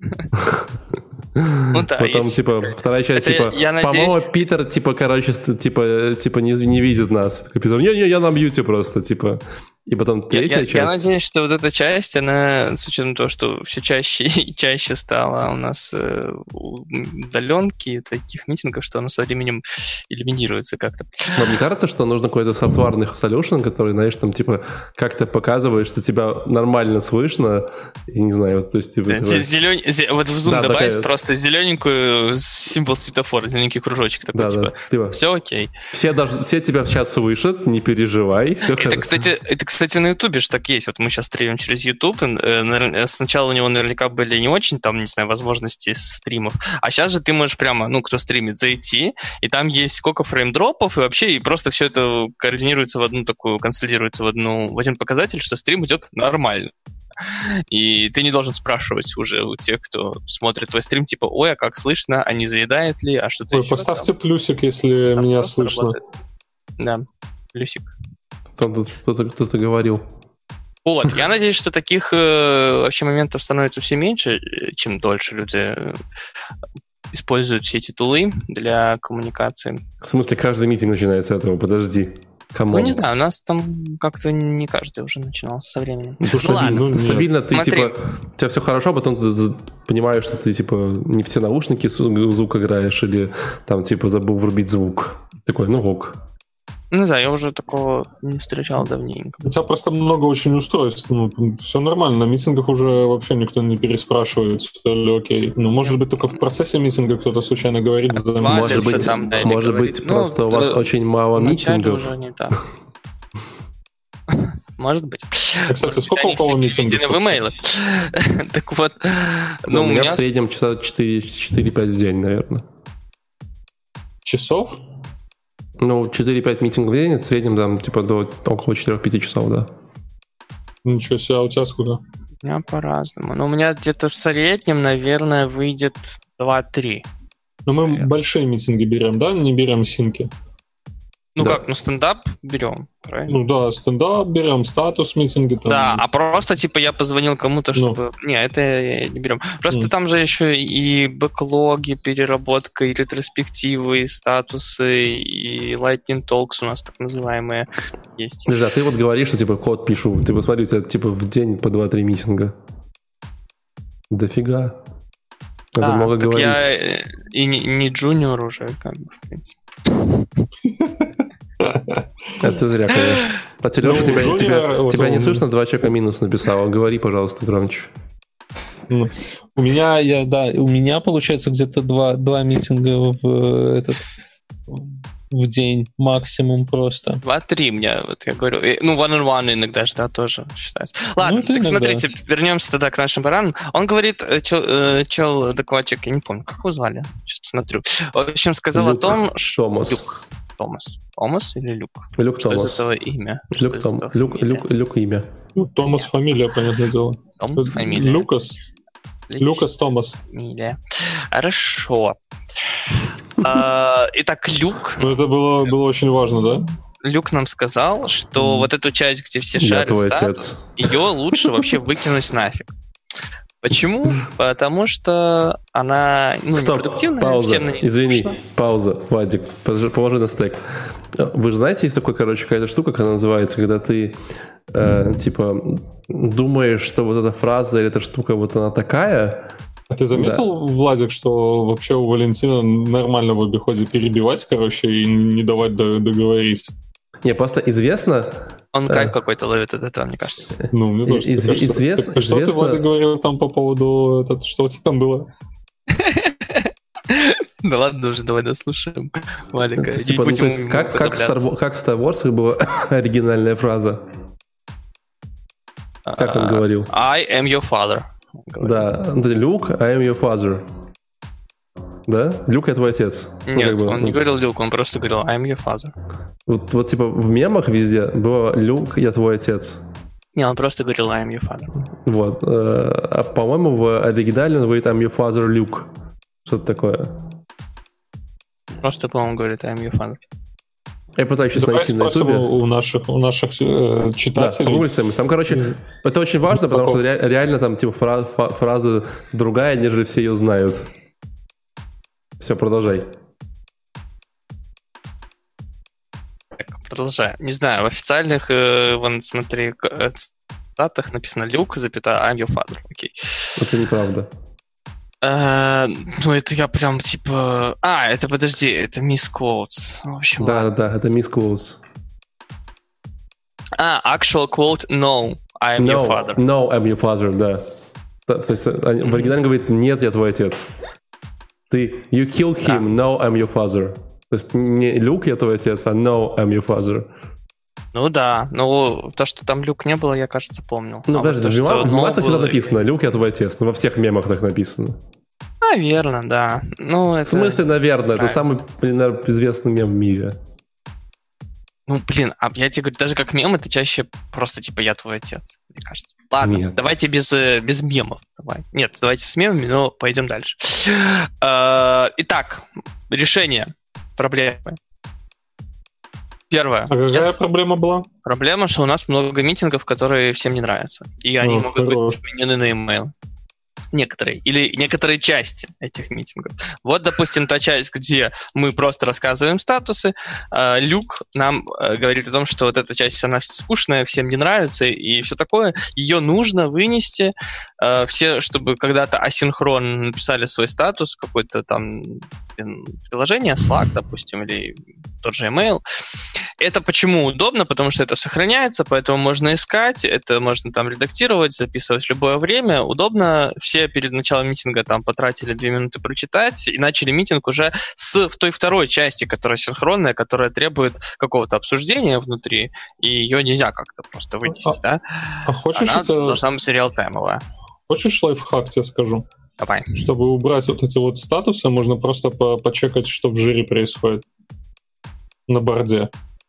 Ну, да, потом, есть. типа, вторая часть, Это типа, я надеюсь... по-моему, Питер, типа, короче, типа, типа не, не видит нас. Такой, Питер, не-не, я на мьюте просто, типа. И потом третья я, часть. Я надеюсь, что вот эта часть, она, с учетом того, что все чаще и чаще стало у нас э, удаленки, таких митингов, что оно со временем элиминируется как-то. Но мне кажется, что нужно какой-то софтварный solution, который, знаешь, там, типа, как-то показывает, что тебя нормально слышно, и не знаю, вот, то есть... Типа, да, такой... зелен... Вот в Zoom да, добавить такая... просто зелененькую символ светофора, зелененький кружочек такой, да, типа, да, типа, все окей. Все, даже, все тебя сейчас слышат, не переживай, все это, хорошо. Кстати, это, кстати, на Ютубе же так есть. Вот мы сейчас стримим через Ютуб. Сначала у него наверняка были не очень, там, не знаю, возможности стримов. А сейчас же ты можешь прямо, ну, кто стримит, зайти, и там есть сколько фреймдропов, и вообще, и просто все это координируется в одну такую, консолидируется в, одну, в один показатель, что стрим идет нормально. И ты не должен спрашивать уже у тех, кто смотрит твой стрим, типа, ой, а как слышно, а не заедает ли, а что-то Ой, еще. поставьте там. плюсик, если Там меня слышно. Работает. Да, плюсик. Кто-то, кто-то, кто-то говорил. Вот, я надеюсь, что таких э, вообще моментов становится все меньше, чем дольше люди используют все эти тулы для коммуникации. В смысле, каждый митинг начинается с этого? Подожди. Камон. Ну, не знаю, у нас там как-то не каждый уже начинался со временем. Ну, стабильно, ладно. ну, стабильно ты, Смотри. типа, у тебя все хорошо, а потом ты понимаешь, что ты, типа, не в те наушники звук играешь или там, типа, забыл врубить звук. Такой, ну ок. Не знаю, я уже такого не встречал давненько. У тебя просто много очень устройств. Ну, все нормально. На митингах уже вообще никто не переспрашивает, все ли окей. Ну, может быть, только в процессе митинга кто-то случайно говорит. За... Может быть, там, да, может говорит. быть Ну, просто у вас э, очень мало митингов. Уже не так. Может быть. А, кстати, сколько у кого митингов? В имейлы. Так вот. Ну, у меня в среднем часа четыре-пять в день, наверное. Часов? Ну, четыре-пять митингов в день, в среднем там, типа, до около четыре-пять часов, да. Ничего себе, а у тебя сколько? У меня по-разному. Ну, у меня где-то в среднем, наверное, выйдет два-три. Ну, мы наверное. большие митинги берем, да? Не берем синки. Ну да. как, ну стендап берем, правильно? Ну да, стендап берем, статус митинги. Там. Да, а просто типа я позвонил кому-то, чтобы... Ну. Не, это не берем. Просто mm. там же еще и бэклоги, переработка, и ретроспективы, и статусы, и lightning talks у нас так называемые есть. Подожди, а ты вот говоришь, что типа код пишу, ты посмотри, у тебя типа в день по два-три митинга. Дофига. Надо да, много так говорить. Я и не, не джуниор уже, как бы, в принципе. Это зря, конечно. А Леша, ну, тебя, жуниор, тебя, вот тебя он... не слышно? Два человека минус написал. Говори, пожалуйста, громче. Ну, у меня, я, да, у меня получается где-то два, два митинга в этот в день максимум просто. Два-три мне, вот я говорю. Ну, one-on-one иногда же, да, тоже считается. Ладно, ну, так иногда. Смотрите, вернемся тогда к нашим баранам. Он говорит, чел, чел докладчик, я не помню, как его звали? Сейчас посмотрю. В общем, сказал Люк о том, что... Томас. Люк Томас. Томас или Люк? Люк что Томас. из этого имя? Люк, Том... этого Люк, Люк, Люк имя. Ну, Томас фамилия, понятное дело. Томас фамилия. Люкас. Отлично. Люкас Томас. Фамилия. Хорошо. Итак, Люк... Ну, это было, было очень важно, да? Люк нам сказал, что mm. вот эту часть, где все шарят статус, ее лучше вообще выкинуть нафиг. Почему? Потому что она ну, непродуктивная. Пауза, извини, скучно. Пауза, Вадик, положи на стек. Вы же знаете, есть такой, короче, какая-то штука, как она называется, когда ты, э, типа, думаешь, что вот эта фраза или эта штука вот она такая... А ты заметил, да. Владик, что вообще у Валентина нормально в обиходе перебивать, короче, и не давать договорить? Не, просто известно... Он кайф э... какой-то ловит от этого, мне кажется. Ну, мне тоже. Из- кажется, известно, так, что известно... ты, Владик, говорил там по поводу... Этот, что у тебя там было? Да ладно уже, давай дослушаем Валика. Как в Star Wars была оригинальная фраза? Как он говорил? I am your father. Да, Люк, I am your father. Да? Люк, я твой отец. Нет, ну, как бы, он не говорил Люк, он просто говорил I am your father. Вот, вот типа в мемах везде было Люк, я твой отец. Не, он просто говорил I am your father. Вот. А, по-моему, в оригинале он говорит I'm your father, Люк. Что-то такое. Просто, по-моему, говорит I am your father. Я пытаюсь сейчас найти на ютубе. У наших, у наших э, читателей. Да, там, короче, из... это очень важно, потому что ре- реально там типа фра- фа- фраза другая, нежели все ее знают. Все, продолжай. Так, продолжай. Не знаю, в официальных, э, вон, смотри, цитатах написано Люк, запятая, I'm your father. Окей. Это неправда. Uh, ну, это я прям, типа... А, это, подожди, это Miss Quotes. В общем, да, ладно. Да, это Miss Quotes. А, actual quote, no, I am no, your father. No, I'm your father, да. да то есть mm-hmm. в оригинале говорит, нет, я твой отец. Ты, you killed him, да. No, I'm your father. То есть не Люк, я твой отец, а no, I'm your father. Ну да, ну то, что там люк не было, я, кажется, помнил. Ну, а подожди, вот то, в мемах- в но мемах всегда было- написано «Люк, я твой отец». Ну, во всех мемах так написано. Наверное, да. Ну, это... В смысле, наверное, это правильно. самый, блин, наверное, известный мем в мире. Ну, блин, а я тебе говорю, даже как мем, это чаще просто типа «я твой отец», мне кажется. Ладно, Нет. давайте без, э, без мемов. Давай. Нет, давайте с мемами, но пойдем дальше. Э, Итак, решение проблемы. Первое. А какая Yes. проблема была? Проблема, что у нас много митингов, которые всем не нравятся. И они О, могут хорош. быть изменены на email. Некоторые. Или некоторые части этих митингов. Вот, допустим, та часть, где мы просто рассказываем статусы. э, Люк нам э, говорит о том, что вот эта часть, она скучная, всем не нравится и все такое. Ее нужно вынести. э, Все, чтобы когда-то асинхронно написали свой статус, какой-то там блин, приложение, Slack, допустим, или тот же email. Это почему удобно? Потому что это сохраняется, поэтому можно искать, это можно там редактировать, записывать в любое время. Удобно. Все перед началом митинга там потратили две минуты прочитать и начали митинг уже с в той второй части, которая синхронная, которая требует какого-то обсуждения внутри, и ее нельзя как-то просто вынести, да? А хочешь, Она я тебе- должна быть реал-таймовая. хочешь лайфхак тебе скажу? Давай. Чтобы убрать вот эти вот статусы, можно просто по- почекать, что в жире происходит. На борде.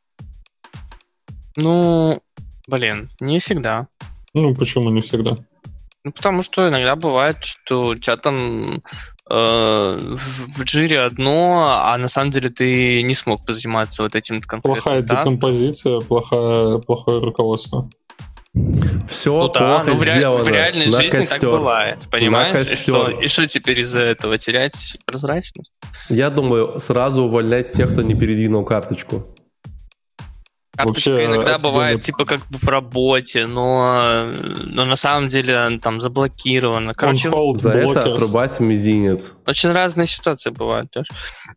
Ну, блин, не всегда. Ну, почему не всегда? Ну, потому что иногда бывает, что у тебя там э, в в джире одно, а на самом деле ты не смог позаниматься вот этим конкретным Плохая таском. декомпозиция, плохое, плохое руководство. Все Ну да, плохо ну в, ре- сделано. в реальной на жизни костер. так бывает, понимаешь? И костер. что, и что теперь из-за этого терять прозрачность? Я думаю, сразу увольнять тех, кто не передвинул карточку. Карточка Вообще, иногда офигенно. бывает типа как бы в работе, но, но на самом деле она там заблокирована. Короче, On hold За это blockers. отрубать мизинец. очень разные ситуации бывают, Лёш.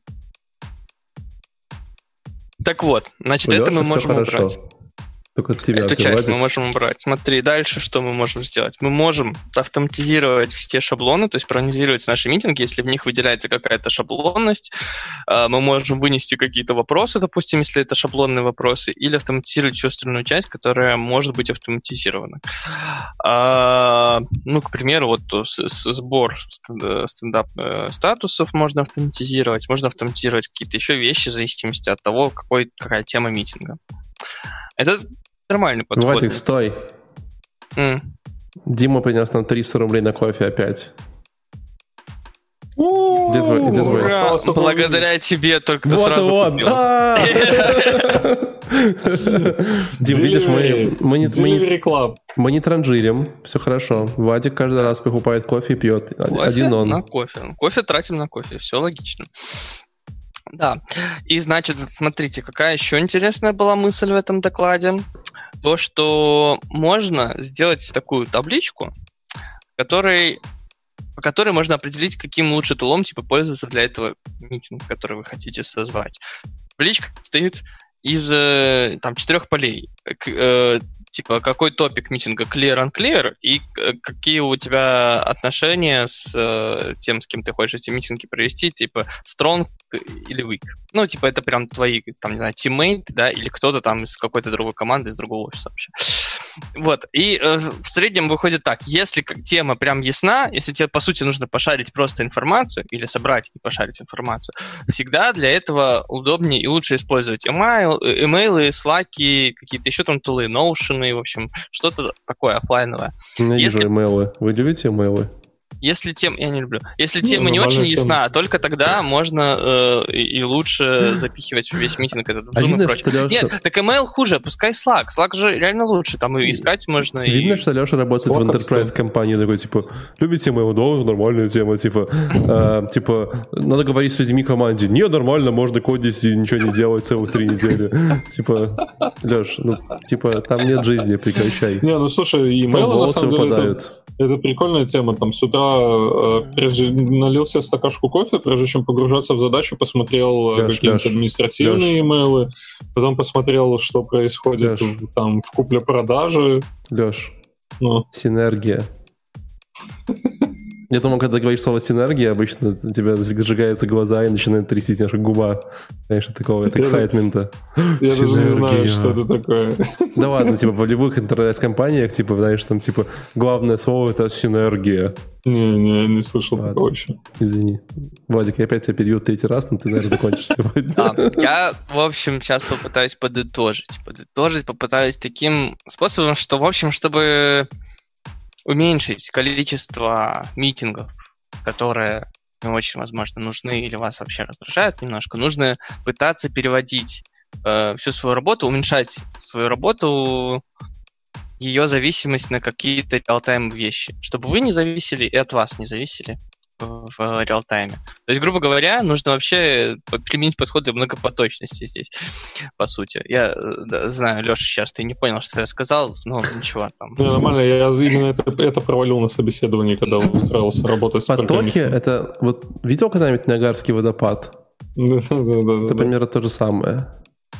Так вот, значит, У это Лёши мы всё можем хорошо. убрать. Только от тебя Эту всё, часть Владик. мы можем убрать. Смотри, дальше что мы можем сделать? Мы можем автоматизировать все шаблоны, то есть проанализировать наши митинги, если в них выделяется какая-то шаблонность. э, Мы можем вынести какие-то вопросы, допустим, если это шаблонные вопросы, или автоматизировать всю остальную часть, которая может быть автоматизирована. А, Ну, к примеру, вот с- с- сбор стен- стендап-статусов можно автоматизировать, можно автоматизировать какие-то еще вещи в зависимости от того, какой, какая тема митинга. Это нормальный подход. Владик, стой. М. Дима принес нам триста рублей на кофе опять. Где твой- где твой? Ура! Осталось одно Благодаря тебе только Вот сразу он. купил. А! Дим, видишь, мы, Delivery- мы, не, мы, не, Delivery Club. мы не транжирим, все хорошо. Вадик каждый раз покупает кофе и пьет. Кофе Один он. на кофе. Кофе тратим на кофе, все логично. Да. И значит, смотрите, какая еще интересная была мысль в этом докладе. То, что можно сделать такую табличку, которой, по которой можно определить, каким лучше тулом типа пользоваться для этого митинга, который вы хотите созвать. Табличка состоит из э, там четырех полей. К- э, типа какой топик митинга clear, unclear, и к- какие у тебя отношения с э, тем, с кем ты хочешь эти митинги провести, типа strong или weak. Ну, типа это прям твои, там, не знаю, тиммейты, да, или кто-то там из какой-то другой команды, из другого офиса вообще. Вот, и э, в среднем выходит так, если как тема прям ясна, если тебе, по сути, нужно пошарить просто информацию или собрать и пошарить информацию, всегда для этого удобнее и лучше использовать email, э, имейлы, слаки, какие-то еще там тулы, Notion, в общем, что-то такое офлайновое. Ненавижу Если- имейлы. Вы любите имейлы? Если тема, я не люблю. Если Ну, тема не очень нормальная тема. ясна, только тогда можно э, и и лучше запихивать весь митинг этот в А Zoom и видно, прочее. что Леша... Нет, так email хуже, пускай Slack. Slack же реально лучше, там и искать можно. и- Видно, что Леша работает в Slack enterprise компании, такой, типа, любите имейл? Да, нормальная тема, типа, э, типа, надо говорить с людьми в команде, не, нормально, можно кодить и ничего не делать целых три недели. Типа, Леш, ну, типа, там нет жизни, прекращай. Не, ну слушай, Там имейлы на волосы самом деле это, выпадают. это прикольная тема. Там с утра э, прежде налился стакашку кофе, прежде чем погружаться в задачу, посмотрел э, Леш, какие-нибудь Леш, административные Леш. имейлы, потом посмотрел, что происходит Леш. в, там в купле-продаже. Леш, Ну, синергия. Я думаю, когда говоришь слово «синергия», обычно у тебя зажигаются глаза и начинает трястись немножко губа. Конечно, такого это эксайтмента. Я даже не знаю, что это такое. Да ладно, типа в любых интернет-компаниях, типа, знаешь, там, типа, главное слово — это синергия. Не-не, не слышал такого еще. Извини. Владик, я опять тебя перебью третий раз, но ты, наверное, закончишь сегодня. Да. Я, в общем, сейчас попытаюсь подытожить. Подытожить попытаюсь таким способом, что, в общем, чтобы уменьшить количество митингов, которые не очень, возможно, нужны или вас вообще раздражают немножко, нужно пытаться переводить э, всю свою работу, уменьшать свою работу, ее зависимость на какие-то реал-тайм вещи, чтобы вы не зависели и от вас не зависели в, в реал-тайме. То есть, грубо говоря, нужно вообще применить подходы многопоточности здесь, по сути. Я да, знаю, Леша, сейчас ты не понял, что я сказал, но ничего там. Не, нормально, я именно это, это провалил на собеседовании, когда устраивался работать с потоки — это... Вот видел когда-нибудь Ниагарский водопад? Да-да-да. Это примерно то же самое.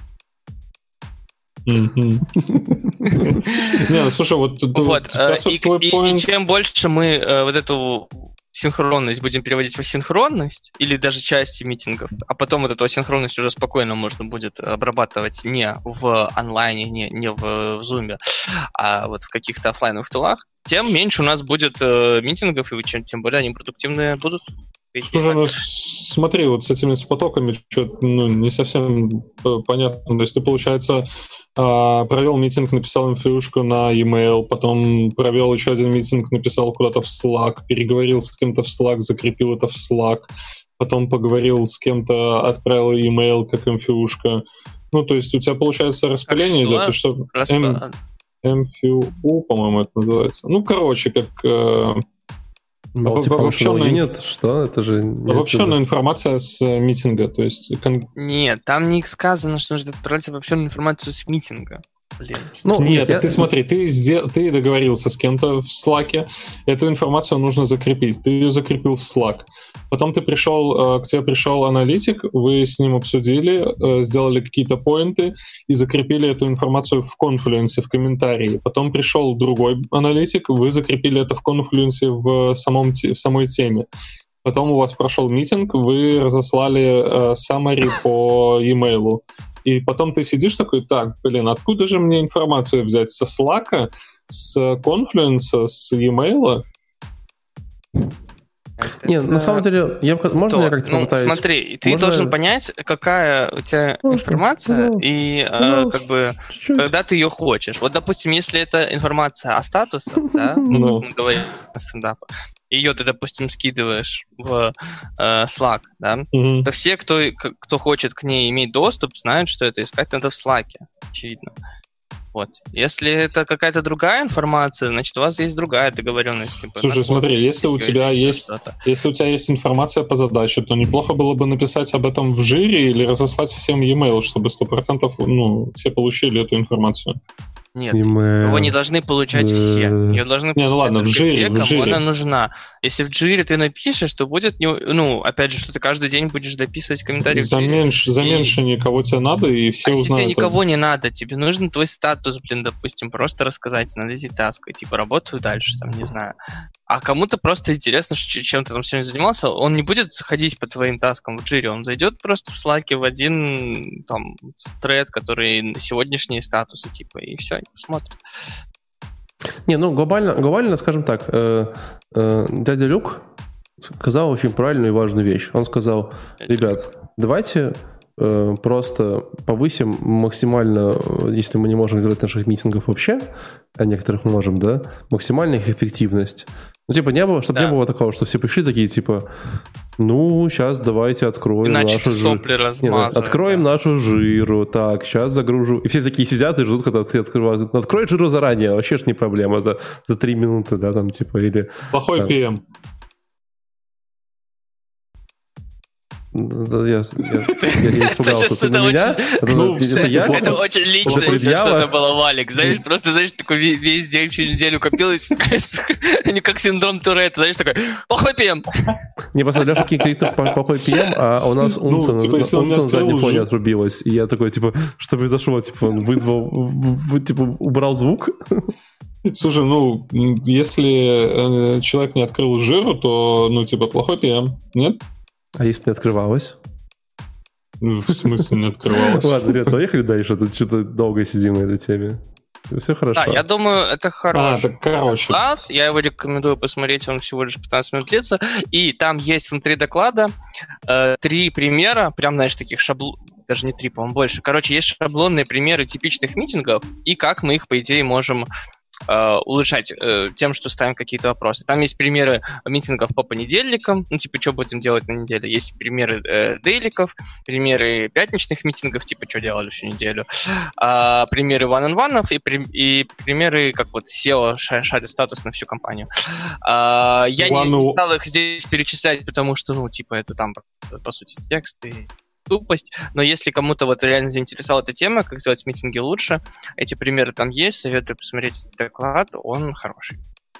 Не, ну слушай, вот... Вот, и чем больше мы вот эту синхронность будем переводить в асинхронность, или даже части митингов, а потом вот эту асинхронность уже спокойно можно будет обрабатывать не в онлайне, не, не в, в Zoom, а вот в каких-то офлайновых тулах, тем меньше у нас будет э, митингов, и чем, тем более они продуктивные будут. Слушай, ну смотри, вот с этими с потоками что-то ну, не совсем понятно. То есть ты, получается, провел митинг, написал инфюшку на e-mail, потом провел еще один митинг, написал куда-то в Slack, переговорил с кем-то в Slack, закрепил это в Slack, потом поговорил с кем-то, отправил e-mail как инфюшка. Ну, то есть у тебя, получается, распыление идет. Ты что? Расп... М... эм эф ю, по-моему, это называется. Ну, короче, как... Обобщенная... Нет, что? Это же... Обобщенная информация с митинга, то есть... Нет, там не сказано, что нужно отправлять обобщенную информацию с митинга. Блин. Ну, нет, нет я... ты смотри, ты, сдел... ты договорился с кем-то в Slack, эту информацию нужно закрепить, ты ее закрепил в Slack. Потом ты пришел, к тебе пришел аналитик, вы с ним обсудили, сделали какие-то поинты и закрепили эту информацию в Confluence, в комментарии. Потом пришел другой аналитик, вы закрепили это в Confluence в, самом, в самой теме. Потом у вас прошел митинг, вы разослали summary по e-mail. И потом ты сидишь такой, так, блин, откуда же мне информацию взять? Со Slack, с Confluence, с e-mail? Это, Нет, это... на самом деле, я, можно То, я как-то ну, попытаюсь? Смотри, ты можно... должен понять, какая у тебя пожалуйста, информация, пожалуйста, и э, как бы, чуть-чуть. Когда ты ее хочешь. Вот, допустим, если это информация о статусах, да, ну, мы говорим о стендапе, ее ты, допустим, скидываешь в э, Slack, да, mm-hmm. то все, кто, кто хочет к ней иметь доступ, знают, что это искать надо в Slack, очевидно. Вот. Если это какая-то другая информация, значит, у вас есть другая договоренность. Типа, Слушай, смотри, если у тебя есть, что-то. если у тебя есть информация по задаче, то неплохо было бы написать об этом в жире или разослать всем e-mail, чтобы сто процентов ну, все получили эту информацию. Нет, email. Его не должны получать все. Ее должны не, получать ну ладно, в жире, все, кому в жире. она нужна. Если в жире ты напишешь, то будет, ну, опять же, что ты каждый день будешь дописывать комментарии. За меньше, за меньше и... никого тебе надо, и все а узнают. Если тебе никого не надо, тебе нужен твой статус, блин, допустим, просто рассказать, надо эти таски, типа, работаю дальше, там, не знаю. А кому-то просто интересно, чем ты там сегодня занимался, он не будет ходить по твоим таскам в жире, он зайдет просто в Slack в один, там, тред, который сегодняшние статусы, типа, и все, и посмотрит. Не, ну, глобально, глобально, скажем так, э, э, дядя Люк сказал очень правильную и важную вещь. Он сказал, ребят, давайте э, просто повысим максимально, если мы не можем играть наших митингов вообще, а некоторых мы можем, да, максимально их эффективность. Ну, типа, не было, чтобы да. не было такого, что все пришли такие, типа, ну, сейчас давайте откроем Иначе нашу сопли жиру. размазывают. Откроем да. нашу жиру, так, сейчас загружу. И все такие сидят и ждут, когда ты открываешь. Ну, открой жиру заранее, вообще ж не проблема, за, за три минуты, да, там, типа, или... Плохой там, пи эм. Да, я, я, я испугался. Ты на меня? Это очень личное что-то было, Валик. Знаешь, просто, знаешь, такой весь день, через неделю копилось, не как синдром Туретта, знаешь, такой, плохой пи эм. Не, просто Леша крикнул плохой пи эм, а у нас унца на заднем фоне отрубилась. И я такой, типа, что произошло? Типа, он вызвал, типа, убрал звук? Слушай, ну, если человек не открыл жиру, то, ну, типа, плохой пи эм, нет? А если не открывалось? В смысле не открывалось? Ладно, ребят, поехали дальше, тут что-то долго сидим на этой теме. Все хорошо. Да, я думаю, это хороший а, так, короче. доклад. Я его рекомендую посмотреть, он всего лишь пятнадцать минут длится. И там есть внутри доклада э, три примера, прям, знаешь, таких шаблонов, даже не три, по-моему, больше. Короче, есть шаблонные примеры типичных митингов, и как мы их, по идее, можем э, улучшать э, тем, что ставим какие-то вопросы. Там есть примеры митингов по понедельникам, ну, типа, что будем делать на неделе. Есть примеры э, дейликов, примеры пятничных митингов, типа, что делали всю неделю, э, примеры one-on-one и, при, и примеры, как вот сео шарит статус на всю компанию. Э, я не, не стал их здесь перечислять, потому что, ну, типа, это там, по сути, текст и тупость, но если кому-то вот реально заинтересовала эта тема, как сделать митинги лучше, эти примеры там есть, советую посмотреть доклад, он хороший.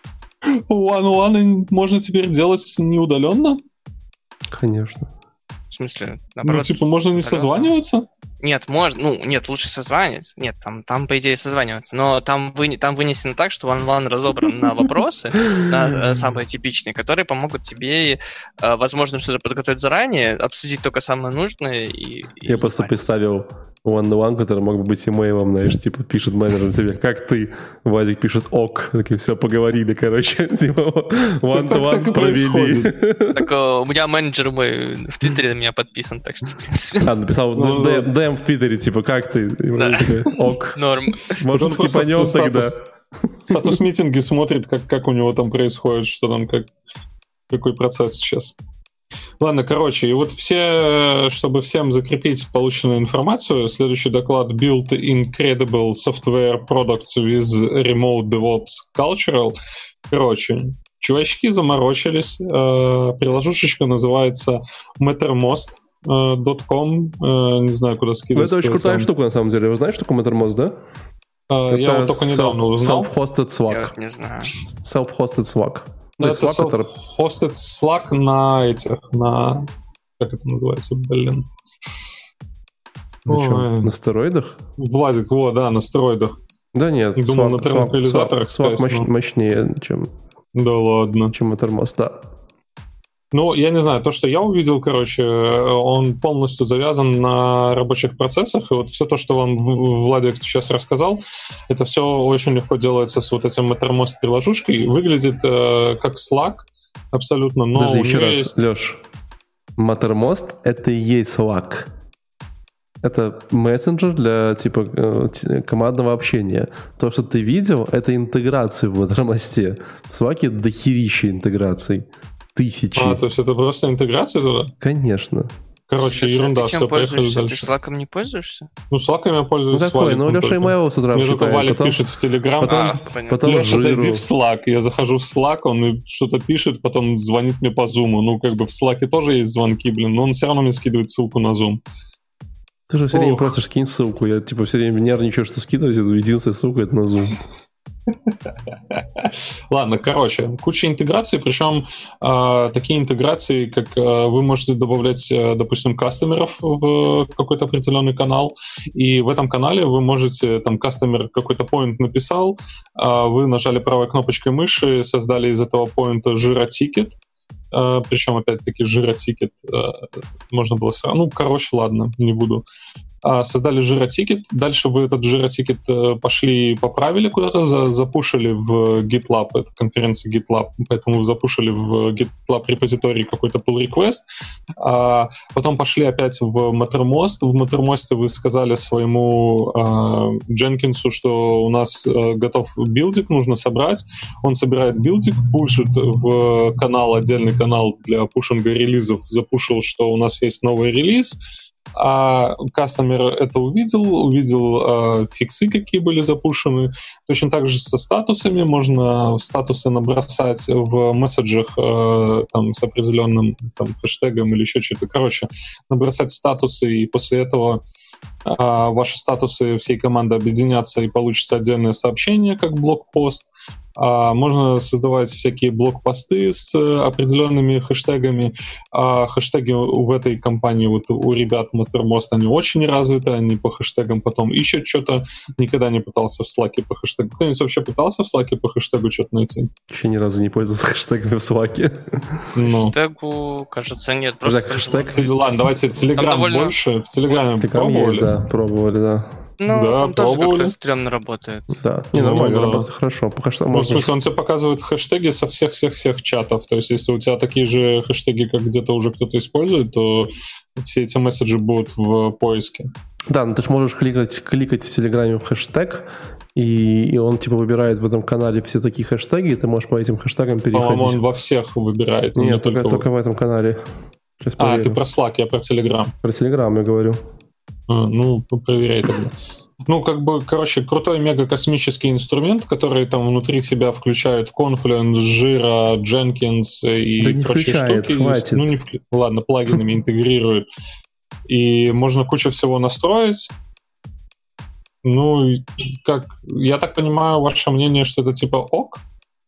One-on-one можно теперь делать не удаленно? Конечно. В смысле? Наоборот, ну, типа, можно не созваниваться? Нет, можно, ну, нет, лучше созваниваться. Нет, там, там по идее, созваниваться. Но там, вы, там вынесено так, что one-on-one разобран на вопросы, на самые типичные, которые помогут тебе, возможно, что-то подготовить заранее, обсудить только самое нужное. И, Я и просто понять. представил one-on-one, который мог бы быть имейлом, знаешь, типа пишет менеджер тебе, как ты? Вадик пишет ок. Такие, все, поговорили, короче. Типа one-to-one провели. Так у меня менеджер мой в Твиттере на меня подписан, так что, в принципе. А, написал дэм в Твиттере, типа, как ты? Ок. Норм. Может, скипанем тогда? Статус митинги смотрит, как, как у него там происходит, что там, как, какой процесс сейчас. Ладно, короче, и вот все, чтобы всем закрепить полученную информацию, следующий доклад Build Incredible Software Products with Remote DevOps Cultural. Короче, чувачки заморочились. Приложушечка называется Mattermost. .com, не знаю, куда скидывать. Это очень крутая вам. штука, на самом деле. Вы знаете, что такое Mattermost, да? Uh, я вот только недавно узнал. Self-hosted Slack. Я не знаю. Self-hosted Slack. Ну, это Slack, self-hosted Slack на этих, на... Как это называется, блин? На чем? На стероидах? Владик, вот, да, на стероидах. Да нет, думал, на термокализаторах. Slack мощ, мощнее, чем... Да ладно. Чем Mattermost, да. Ну, я не знаю, то, что я увидел, короче, он полностью завязан на рабочих процессах, и вот все то, что вам Владик сейчас рассказал, это все очень легко делается с вот этим Mattermost приложушкой, выглядит э, как Slack абсолютно, но Подожди, у еще раз, есть... Леш, Mattermost — это и есть Slack. Это мессенджер для типа командного общения. То, что ты видел, это интеграции в Mattermost. В Slack дохерища интеграций. Тысячи. А, то есть это просто интеграция туда? Конечно. Короче, Леша, ерунда, ты чем все, поехали пользуешься? дальше. Ты Slack'ом не пользуешься? Ну, Slack'ом я пользуюсь. Ну, такой, ну, Леша имейл с утра Мне только читает, Валик потом, пишет в Телеграм. потом, а, потом Леша, жиру. зайди в Slack. Я захожу в Slack, он что-то пишет, потом звонит мне по Zoom. Ну, как бы в Slack'е тоже есть звонки, блин, но он все равно мне скидывает ссылку на Zoom. Ты же все время просишь, скинь ссылку. Я типа все время нервничаю, что скидывать. Единственная ссылка — это на Zoom. Ладно, короче, куча интеграций, причем э, такие интеграции, как э, вы можете добавлять, э, допустим, кастомеров в какой-то определенный канал, и в этом канале вы можете, там, кастомер какой-то поинт написал, э, вы нажали правой кнопочкой мыши, создали из этого поинта жиротикет, э, причем, опять-таки, жиротикет э, можно было сразу... Ну, короче, ладно, не буду. Создали жиротикет, дальше вы этот жиротикет пошли поправили куда-то, за, запушили в GitLab, это конференция GitLab, поэтому вы запушили в GitLab репозиторий какой-то pull request, а потом пошли опять в Mattermost, в Mattermost вы сказали своему Дженкинсу, что у нас а, готов билдик, нужно собрать, он собирает билдик, пушит в канал, отдельный канал для пушинга релизов, запушил, что у нас есть новый релиз, а кастомер это увидел, увидел э, фиксы, какие были запушены. Точно так же со статусами. Можно статусы набросать в месседжах э, там, с определенным там, хэштегом или еще что-то. Короче, набросать статусы, и после этого э, ваши статусы всей команды объединятся, и получится отдельное сообщение, как блокпост. а, можно создавать всякие блокпосты с определенными хэштегами. А хэштеги в этой компании, вот у ребят MasterMost, они очень развиты, они по хэштегам потом ищут что-то. Никогда не пытался в Slack по хэштегу. Кто-нибудь вообще пытался в Slack по хэштегу что-то найти? Еще ни разу не пользовался хэштегами в Slack. Ну. Хэштегу, кажется, нет. Просто так, хэштег... Ладно, давайте Telegram довольно... больше. В Telegram пробовали? Есть, да, пробовали, да. Ну, да, там пробовали. тоже как-то стрёмно работает. Да, не, ну, нормально да. работает, хорошо. По хэштегу ну, можно... в смысле, он тебе показывает хэштеги со всех-всех-всех чатов. То есть, если у тебя такие же хэштеги, как где-то уже кто-то использует, то все эти месседжи будут в поиске. Да, ну ты же можешь кликать, кликать в Телеграме в хэштег, и, и он типа выбирает в этом канале все такие хэштеги, и ты можешь по этим хэштегам переходить. По-моему, он во всех выбирает. Нет, не только, только, только в этом канале. Сейчас а, проверю. ты про Slack, я про Telegram. Про Телеграм я говорю. А, ну, проверяй тогда. Ну, как бы, короче, крутой мега-космический инструмент, который там внутри себя включает Confluence, Jira, Jenkins и да не прочие включает, штуки. хватит. Ну, не вклю... Ладно, плагинами интегрирует. И можно кучу всего настроить. Ну, и как... Я так понимаю, ваше мнение, что это типа ок?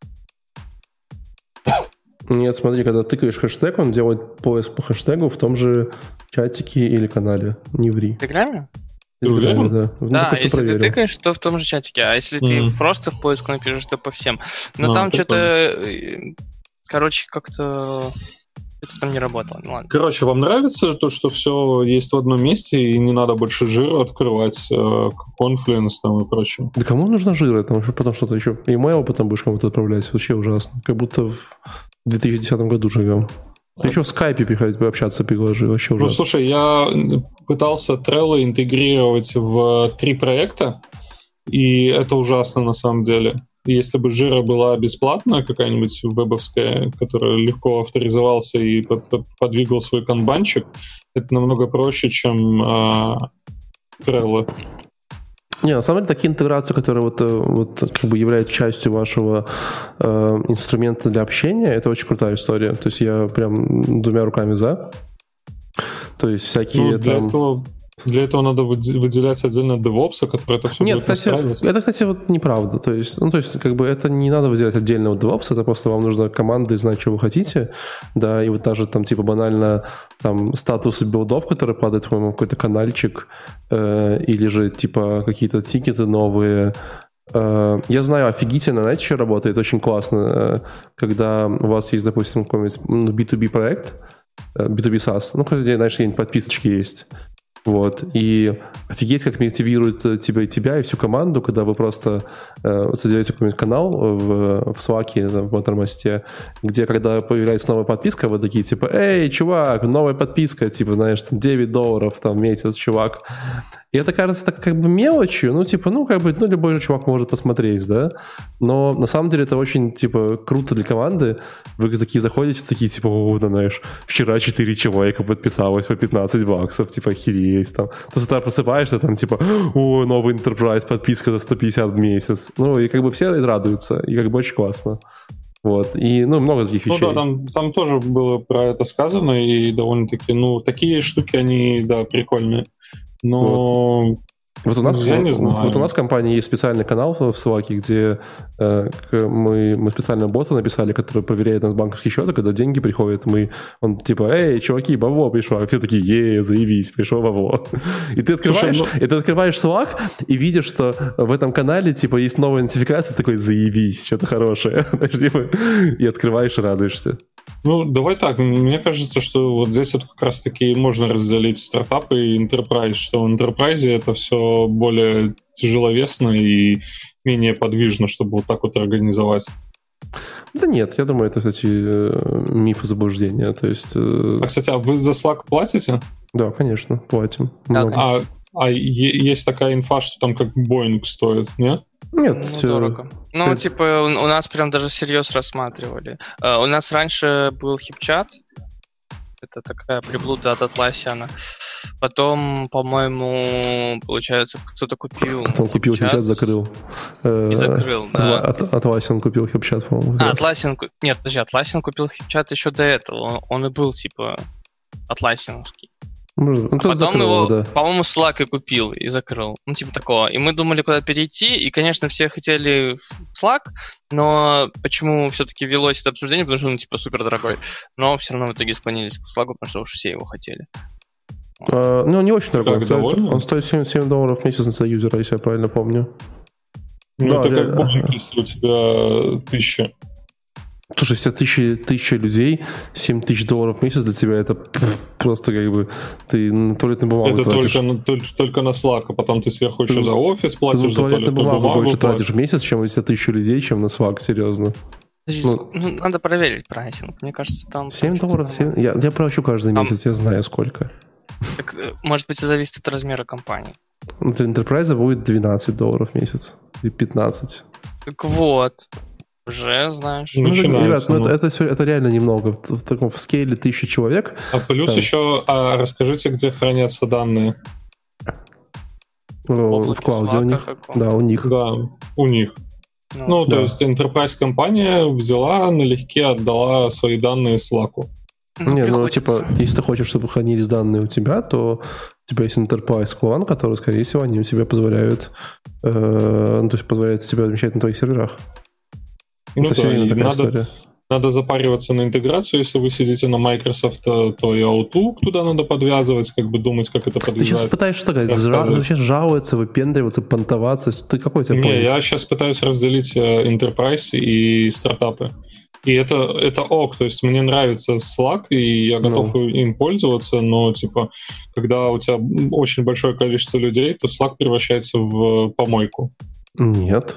Нет, смотри, когда тыкаешь хэштег, он делает поиск по хэштегу в том же чатике или канале. Не ври. В Телеграме? Ты уверен? Да, да, если проверил. Ты тыкаешь, то в том же чатике, а если mm. ты просто в поиск напишешь, то по всем. Но no, там что-то, короче, как-то это там не работало. Ну, ладно. Короче, вам нравится то, что все есть в одном месте и не надо больше жира открывать, Confluence там и прочее? Да кому нужно жира? Там еще потом что-то еще. Email потом будешь кому-то отправлять. Вообще ужасно. Как будто в две тысячи десятом году живем. Ты еще в скайпе приходить общаться приложи, вообще ужасно. Ну, слушай, я пытался Trello интегрировать в три проекта, и это ужасно на самом деле. Если бы Jira была бесплатная какая-нибудь вебовская, которая легко авторизовался и подвигал свой канбанчик, это намного проще, чем э, Trello. Не, на самом деле, такие интеграции, которые вот, вот как бы являются частью вашего э, инструмента для общения, это очень крутая история. То есть я прям двумя руками за. То есть всякие ну, для там... Этого, для этого надо выделять отдельно DevOps, который это все Нет, будет кстати, настраивать. это, кстати, вот неправда. То есть, ну, то есть, как бы это не надо выделять отдельного DevOps, это просто вам нужно команды знать, что вы хотите, да, и вот даже там типа банально там статус билдов, который падает в какой-то канальчик, э, или же типа какие-то тикеты новые. Э, я знаю, офигительно, знаете, что работает очень классно, э, когда у вас есть, допустим, какой-нибудь ну, би ту би проект, э, би ту би SaaS, ну, где, знаешь, какие-нибудь подписочки есть. Вот, и офигеть, как мотивирует тебя и тебя, и всю команду, когда вы просто э, создаете какой-нибудь канал в, в Slack, в MasterMost, где, когда появляется новая подписка, вы такие, типа, эй, чувак, новая подписка, типа, знаешь, там, девять долларов там, в месяц, чувак. И это кажется так как бы мелочью, ну, типа, ну, как бы, ну, любой же чувак может посмотреть, да, но на самом деле это очень, типа, круто для команды. Вы такие заходите, такие, типа, о, да, знаешь, вчера четыре человека подписалось по пятнадцать баксов, типа, охереть, там. Ты с утра просыпаешься, там, типа, о, новый Enterprise, подписка за сто пятьдесят в месяц. Ну, и как бы все радуются, и как бы очень классно. Вот, и, ну, много таких вещей. Ну да, там, там тоже было про это сказано, и довольно-таки, ну, такие штуки, они, да, прикольные. Но вот. Вот у нас, я не знаю. Вот у нас в компании есть специальный канал в Slack, где э, мы, мы специального бота написали, который проверяет наш банковский счет, и когда деньги приходят, мы, он типа, эй, чуваки, бабло пришло, а все такие, ей, заебись, пришло бабло. И ты открываешь, Слушай, ну... и ты открываешь Slack и видишь, что в этом канале типа есть новая нотификация, такой, заебись, что-то хорошее. И открываешь и радуешься. Ну, давай так, мне кажется, что вот здесь вот как раз-таки можно разделить стартапы и enterprise, что в enterprise это все более тяжеловесно и менее подвижно, чтобы вот так вот организовать. Да нет, я думаю, это, кстати, миф и заблуждение. То есть... А, кстати, а вы за Slack платите? Да, конечно, платим. Да, а, а есть такая инфа, что там как Boeing стоит, нет? Нет, ну, все... дорого. Ну, это... типа, у нас прям даже всерьез рассматривали. Uh, у нас раньше был HipChat. Это такая приблуда от Atlassian. Потом, по-моему, получается, кто-то купил Потом купил HipChat, закрыл. И закрыл, да. От, Atlassian купил HipChat, по-моему. А, Atlassian... Нет, подожди, Atlassian купил HipChat еще до этого. Он, он и был, типа, Atlassian-овский. Может, ну, А потом закрыл его, да. по-моему, Slack и купил, и закрыл. Ну, типа такого. И мы думали, куда перейти, и, конечно, все хотели в Slack, но почему все-таки велось это обсуждение? Потому что он, типа, супер дорогой. Но все равно в итоге склонились к Slack, потому что уж все его хотели. А, ну, не очень дорогой. Он стоит, довольно? он стоит семь, семь долларов в месяц за юзера, если я правильно помню. Ну, Да, это реально. как бонус, если у тебя тысяча. Слушай, если тысяча, тысяча людей, семь тысяч долларов в месяц для тебя это пфф, просто как бы ты на туалетную бумагу Это тратишь. только, на- только, только на Slack, а потом ты сверху еще Ты- за офис Ты платишь, на за туалетную туалетную бумагу, бумагу больше платишь. тратишь в месяц, чем если тысячу людей, чем на Slack, серьезно. Подожди, Ну, ск- ну, надо проверить прайсинг. Мне кажется, там... семь что-то долларов, семь... нормально. Я, я плачу каждый Там- месяц, я знаю сколько. Так, э, может быть, и зависит от размера компании. Для Enterprise будет двенадцать долларов в месяц. Или пятнадцать. Так вот, уже знаешь. Ну, Ну, начинается, ребят, ну, ну. Это, это, всё- это реально немного. В, в таком в скейле тысяча человек. А плюс Так. еще, а расскажите, где хранятся данные. ну, в облаке клауде у Slack них. каком. Да, у них. Да, у них. Ну, Ну, то Да. есть Enterprise компания взяла, налегке отдала свои данные Slack. ну, Не, ну, приходится. типа, если ты хочешь, чтобы хранились данные у тебя, то у тебя есть Enterprise клан, который, скорее всего, они у тебя позволяют, э, ну, то есть позволяют у тебя размещать на твоих серверах. Ну это да, серьезно и такая надо, история. надо запариваться на интеграцию. Если вы сидите на Microsoft, то то и Outlook туда надо подвязывать, как бы думать, как это Ты сейчас подвязать. пытаешься что сказать, Рассказывай. жа- вообще жаловаться, выпендриваться, понтоваться. Ты какой у тебя Не, поинт? я сейчас пытаюсь разделить э, Enterprise и стартапы. И это, это ок, то есть мне нравится Slack, и я готов Ну. им пользоваться, но, типа, когда у тебя очень большое количество людей, то Slack превращается в помойку. Нет.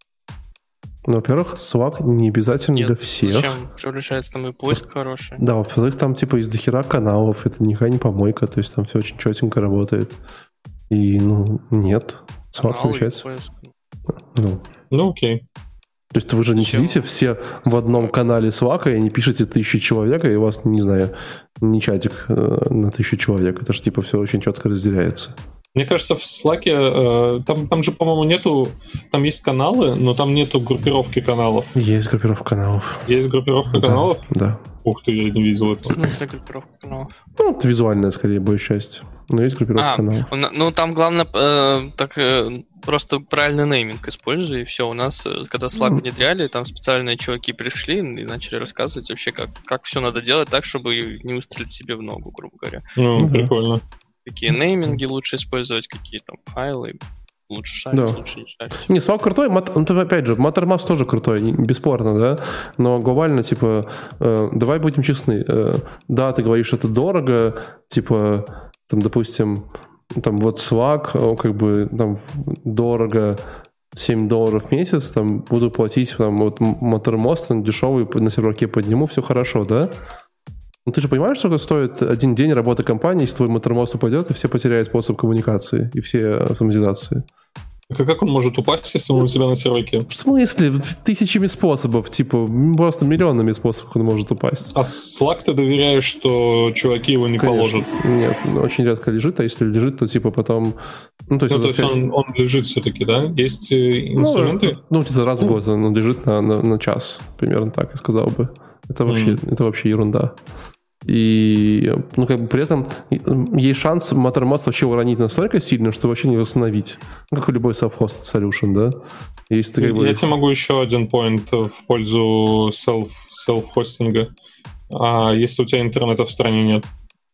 Ну, во-первых, Slack не обязательно Нет, для всех. Зачем превращается там и поиск хороший? Да, во-вторых, там типа из дохера каналов, это никакая не помойка, то есть там все очень четенько работает. И, ну, нет. Slack Каналы и получается. поиск. Ну, Ну, окей. то есть вы же не Зачем? сидите все в одном канале Slack и не пишете тысячи человек, и у вас, не знаю, не чатик э, на тысячу человек. Это же типа все очень четко разделяется. Мне кажется, в Slack э, там, там же, по-моему, нету... Там есть каналы, но там нету группировки каналов. Есть группировка каналов. Есть группировка Да, каналов? Да. Ух ты, я не видел В этого. смысле группировка каналов? Ну, это визуальная, скорее, большая часть. Но есть группировка А, каналов. ну, ну, там главное э, так э, просто правильный нейминг используй, и все. У нас, э, когда Slack Ну. внедряли, там специальные чуваки пришли и начали рассказывать вообще, как, как все надо делать так, чтобы не выстрелить себе в ногу, грубо говоря. Ну, Мгм. прикольно. Какие нейминги лучше использовать, какие там файлы лучше шарить, Да. лучше не шарить. Не, Slack крутой, мат- ну, то, опять же, Mattermost тоже крутой, не- бесспорно, да, но глобально, типа, э, давай будем честны, э, да, ты говоришь, это дорого, типа, там, допустим, там, вот Slack, э, как бы, там, в- дорого, семь долларов в месяц, там, буду платить, там, вот Mattermost, он дешевый, на серверке подниму, все хорошо, да? Ну, ты же понимаешь, сколько стоит один день работы компании, если твой Mattermost упадет, и все потеряют способ коммуникации и все автоматизации? Так а как он может упасть, если он у тебя на серваке? В смысле? Тысячами способов, типа, м, просто миллионами способов он может упасть. А Slack ты доверяешь, что чуваки его не Конечно. положат? Нет, ну, очень редко лежит, а если лежит, то типа потом... Ну, то есть, Ну, это то есть сказать- он, он лежит все-таки, да? Есть э, ну, инструменты? ну, где-то раз в год он лежит на, на, на час, примерно так, я сказал бы. Это вообще, это вообще ерунда. И, ну, как бы при этом есть шанс Mattermost вообще уронить настолько сильно, что вообще не восстановить. Ну, как и любой self-hosted solution, да? Если ты, как бы... Я тебе могу еще один поинт в пользу self, self-хостинга. А если у тебя интернета в стране нет?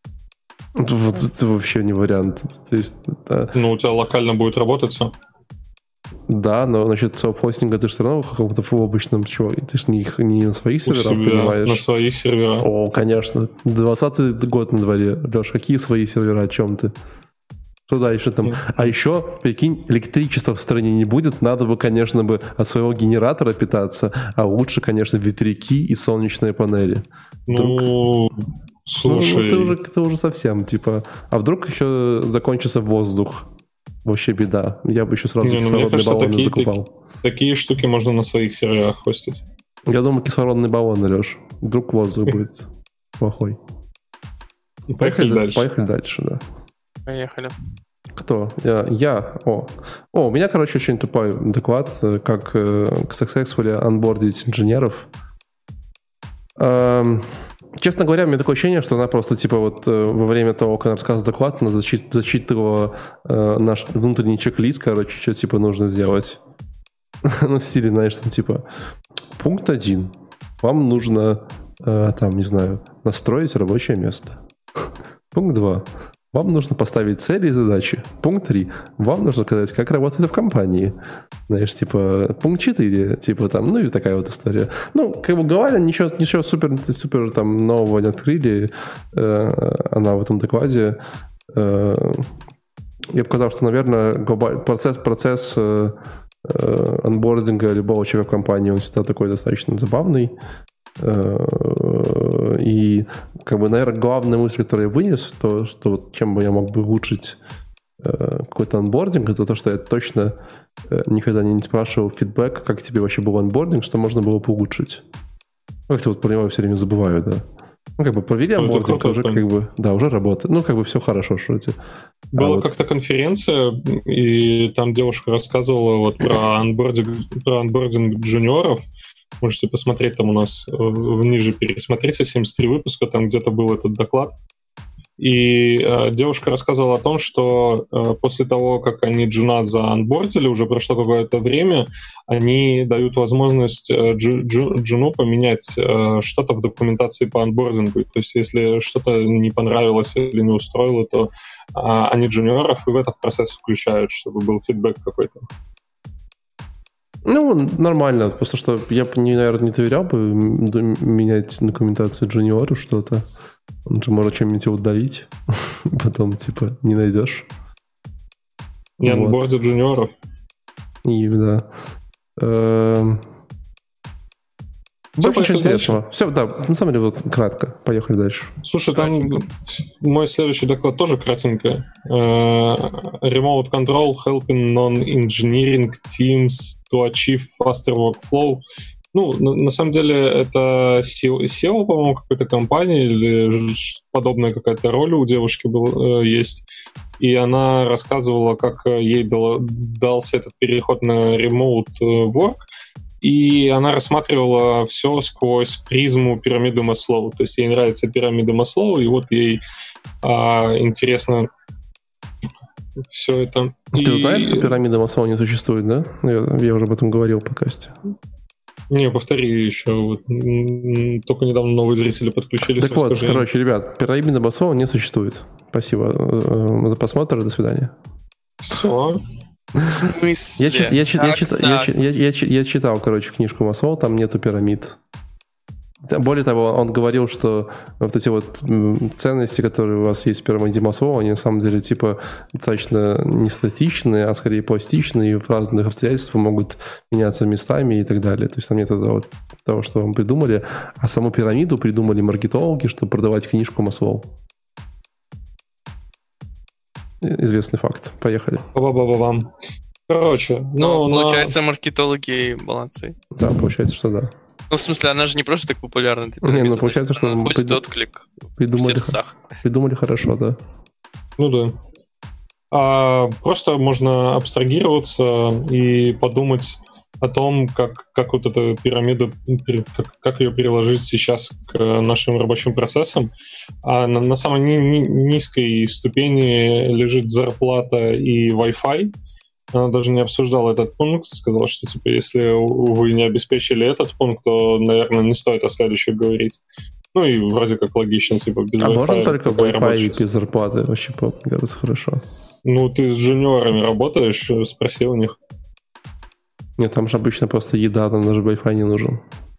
Вот это вообще не вариант. То есть, это... Ну, у тебя локально будет работать все. Да, но насчет self-хостинга ты же все равно в каком-то в обычном чего. Ты же не, не на своих У серверах себя, понимаешь. на свои сервера. О, конечно. двадцатый год на дворе. Леш, какие свои сервера, о чем ты? Что дальше там? Mm. А еще, прикинь, электричества в стране не будет. Надо бы, конечно, бы от своего генератора питаться, а лучше, конечно, ветряки и солнечные панели. Ну, слушай. Ну, ну, ты, уже, ты уже совсем, типа... А вдруг еще закончится воздух? Вообще беда. Я бы еще сразу Не, ну, мне кислородные кажется, баллоны такие- закупал. Такие штуки можно на своих серверах хостить. Я думаю, кислородные баллоны, Леш. Вдруг воздух будет плохой. Поехали да- дальше. Поехали дальше, да. Поехали. Кто? Я. я. О. О, у меня, короче, очень тупой доклад, э, как э, successfully онбордить инженеров. Эм, честно говоря, у меня такое ощущение, что она просто, типа, вот во время того, как она рассказывала доклад, она зачит, зачитывала э, наш внутренний чек-лист, короче, что, типа, нужно сделать. Ну, в стиле, знаешь, там, типа, пункт один. Вам нужно, э, там, не знаю, настроить рабочее место. Пункт два. Вам нужно поставить цели и задачи. Пункт три. Вам нужно сказать, как работать в компании. Знаешь, типа, пункт четыре, типа там, ну и такая вот история. Ну, как бы говоря, ничего, ничего супер, супер там нового не открыли. Э, она в этом докладе. Э, я бы сказал, что, наверное, процесс, процесс э, э, анбординга любого человека в компании, он всегда такой достаточно забавный. И, как бы, наверное, главная мысль, которую я вынес, то, что вот чем бы я мог бы улучшить э, какой-то анбординг, это то, что я точно э, никогда не спрашивал фидбэк, как тебе вообще был анбординг, что можно было бы улучшить. Как-то вот про него все время забываю, да. Ну, как бы, провели анбординг, уже как бы, да, уже работает. Ну, как бы, все хорошо, что эти. Была а вот... как-то конференция, и там девушка рассказывала вот про анбординг, про анбординг джуниоров. Можете посмотреть, там у нас ниже пересмотрите семьдесят три выпуска, там где-то был этот доклад. И э, девушка рассказывала о том, что э, после того, как они джуна заанбордили, уже прошло какое-то время, они дают возможность э, джу, джу, джуну поменять э, что-то в документации по анбордингу. То есть если что-то не понравилось или не устроило, то э, они джуниоров и в этот процесс включают, чтобы был фидбэк какой-то. Ну, нормально, просто что я бы, наверное, не доверял бы менять документацию джуниору что-то. Он же может чем-нибудь удалить, потом, типа, не найдешь. Не анбордят вот. Джуниоров. И, да. Эм... Больше ничего интересного. Дальше? Все, да, на самом деле, вот кратко. Поехали дальше. Слушай, там мой следующий доклад тоже кратенько. Remote Control Helping Non-Engineering Teams to Achieve Faster Workflow. Ну, на, на самом деле, это си и о, по-моему, какой-то компании или подобная какая-то роль у девушки был, есть. И она рассказывала, как ей дал, дался этот переход на remote work. И она рассматривала все сквозь призму пирамиды Маслоу. То есть ей нравится пирамида Маслоу, и вот ей а, интересно все это. Ты и... знаешь, что пирамида Маслоу не существует, да? Я, я уже об этом говорил в подкасте. Не, повтори еще. Вот, только недавно новые зрители подключились. Так вот, короче, ребят, пирамида Маслоу не существует. Спасибо за просмотр, до свидания. Все. В смысле? Я, я, я, я, чит, я, я, я, я читал, короче, книжку Маслоу, там нету пирамид. Более того, он говорил, что вот эти вот ценности, которые у вас есть в пирамиде Маслоу, они на самом деле типа достаточно не статичные, а скорее пластичные, и в разных обстоятельствах могут меняться местами и так далее. То есть там нет того, того, что вам придумали, а саму пирамиду придумали маркетологи, чтобы продавать книжку Маслоу. Известный факт. Поехали. Ба-ба-ба-бам. Короче, ну, ну получается, на... маркетологи молодцы. Да, получается, что да. Ну, в смысле, она же не просто так популярна. Не, ну, получается, что... Она хоть отклик придумали, в сердцах. Придумали хорошо, да. Ну да. А, просто можно абстрагироваться и подумать о том, как, как вот эту пирамиду, как, как ее переложить сейчас к нашим рабочим процессам. А на, на самой ни, ни, низкой ступени лежит зарплата и Wi-Fi. Она даже не обсуждала этот пункт, сказала, что типа если вы не обеспечили этот пункт, то, наверное, не стоит о следующих говорить. Ну и вроде как логично, типа без а Wi-Fi. А можно только Wi-Fi и без зарплаты? Вообще, кажется, хорошо. Ну, ты с джуниорами работаешь? Спроси у них. Нет, там же обычно просто еда, там даже Wi-Fi не нужен.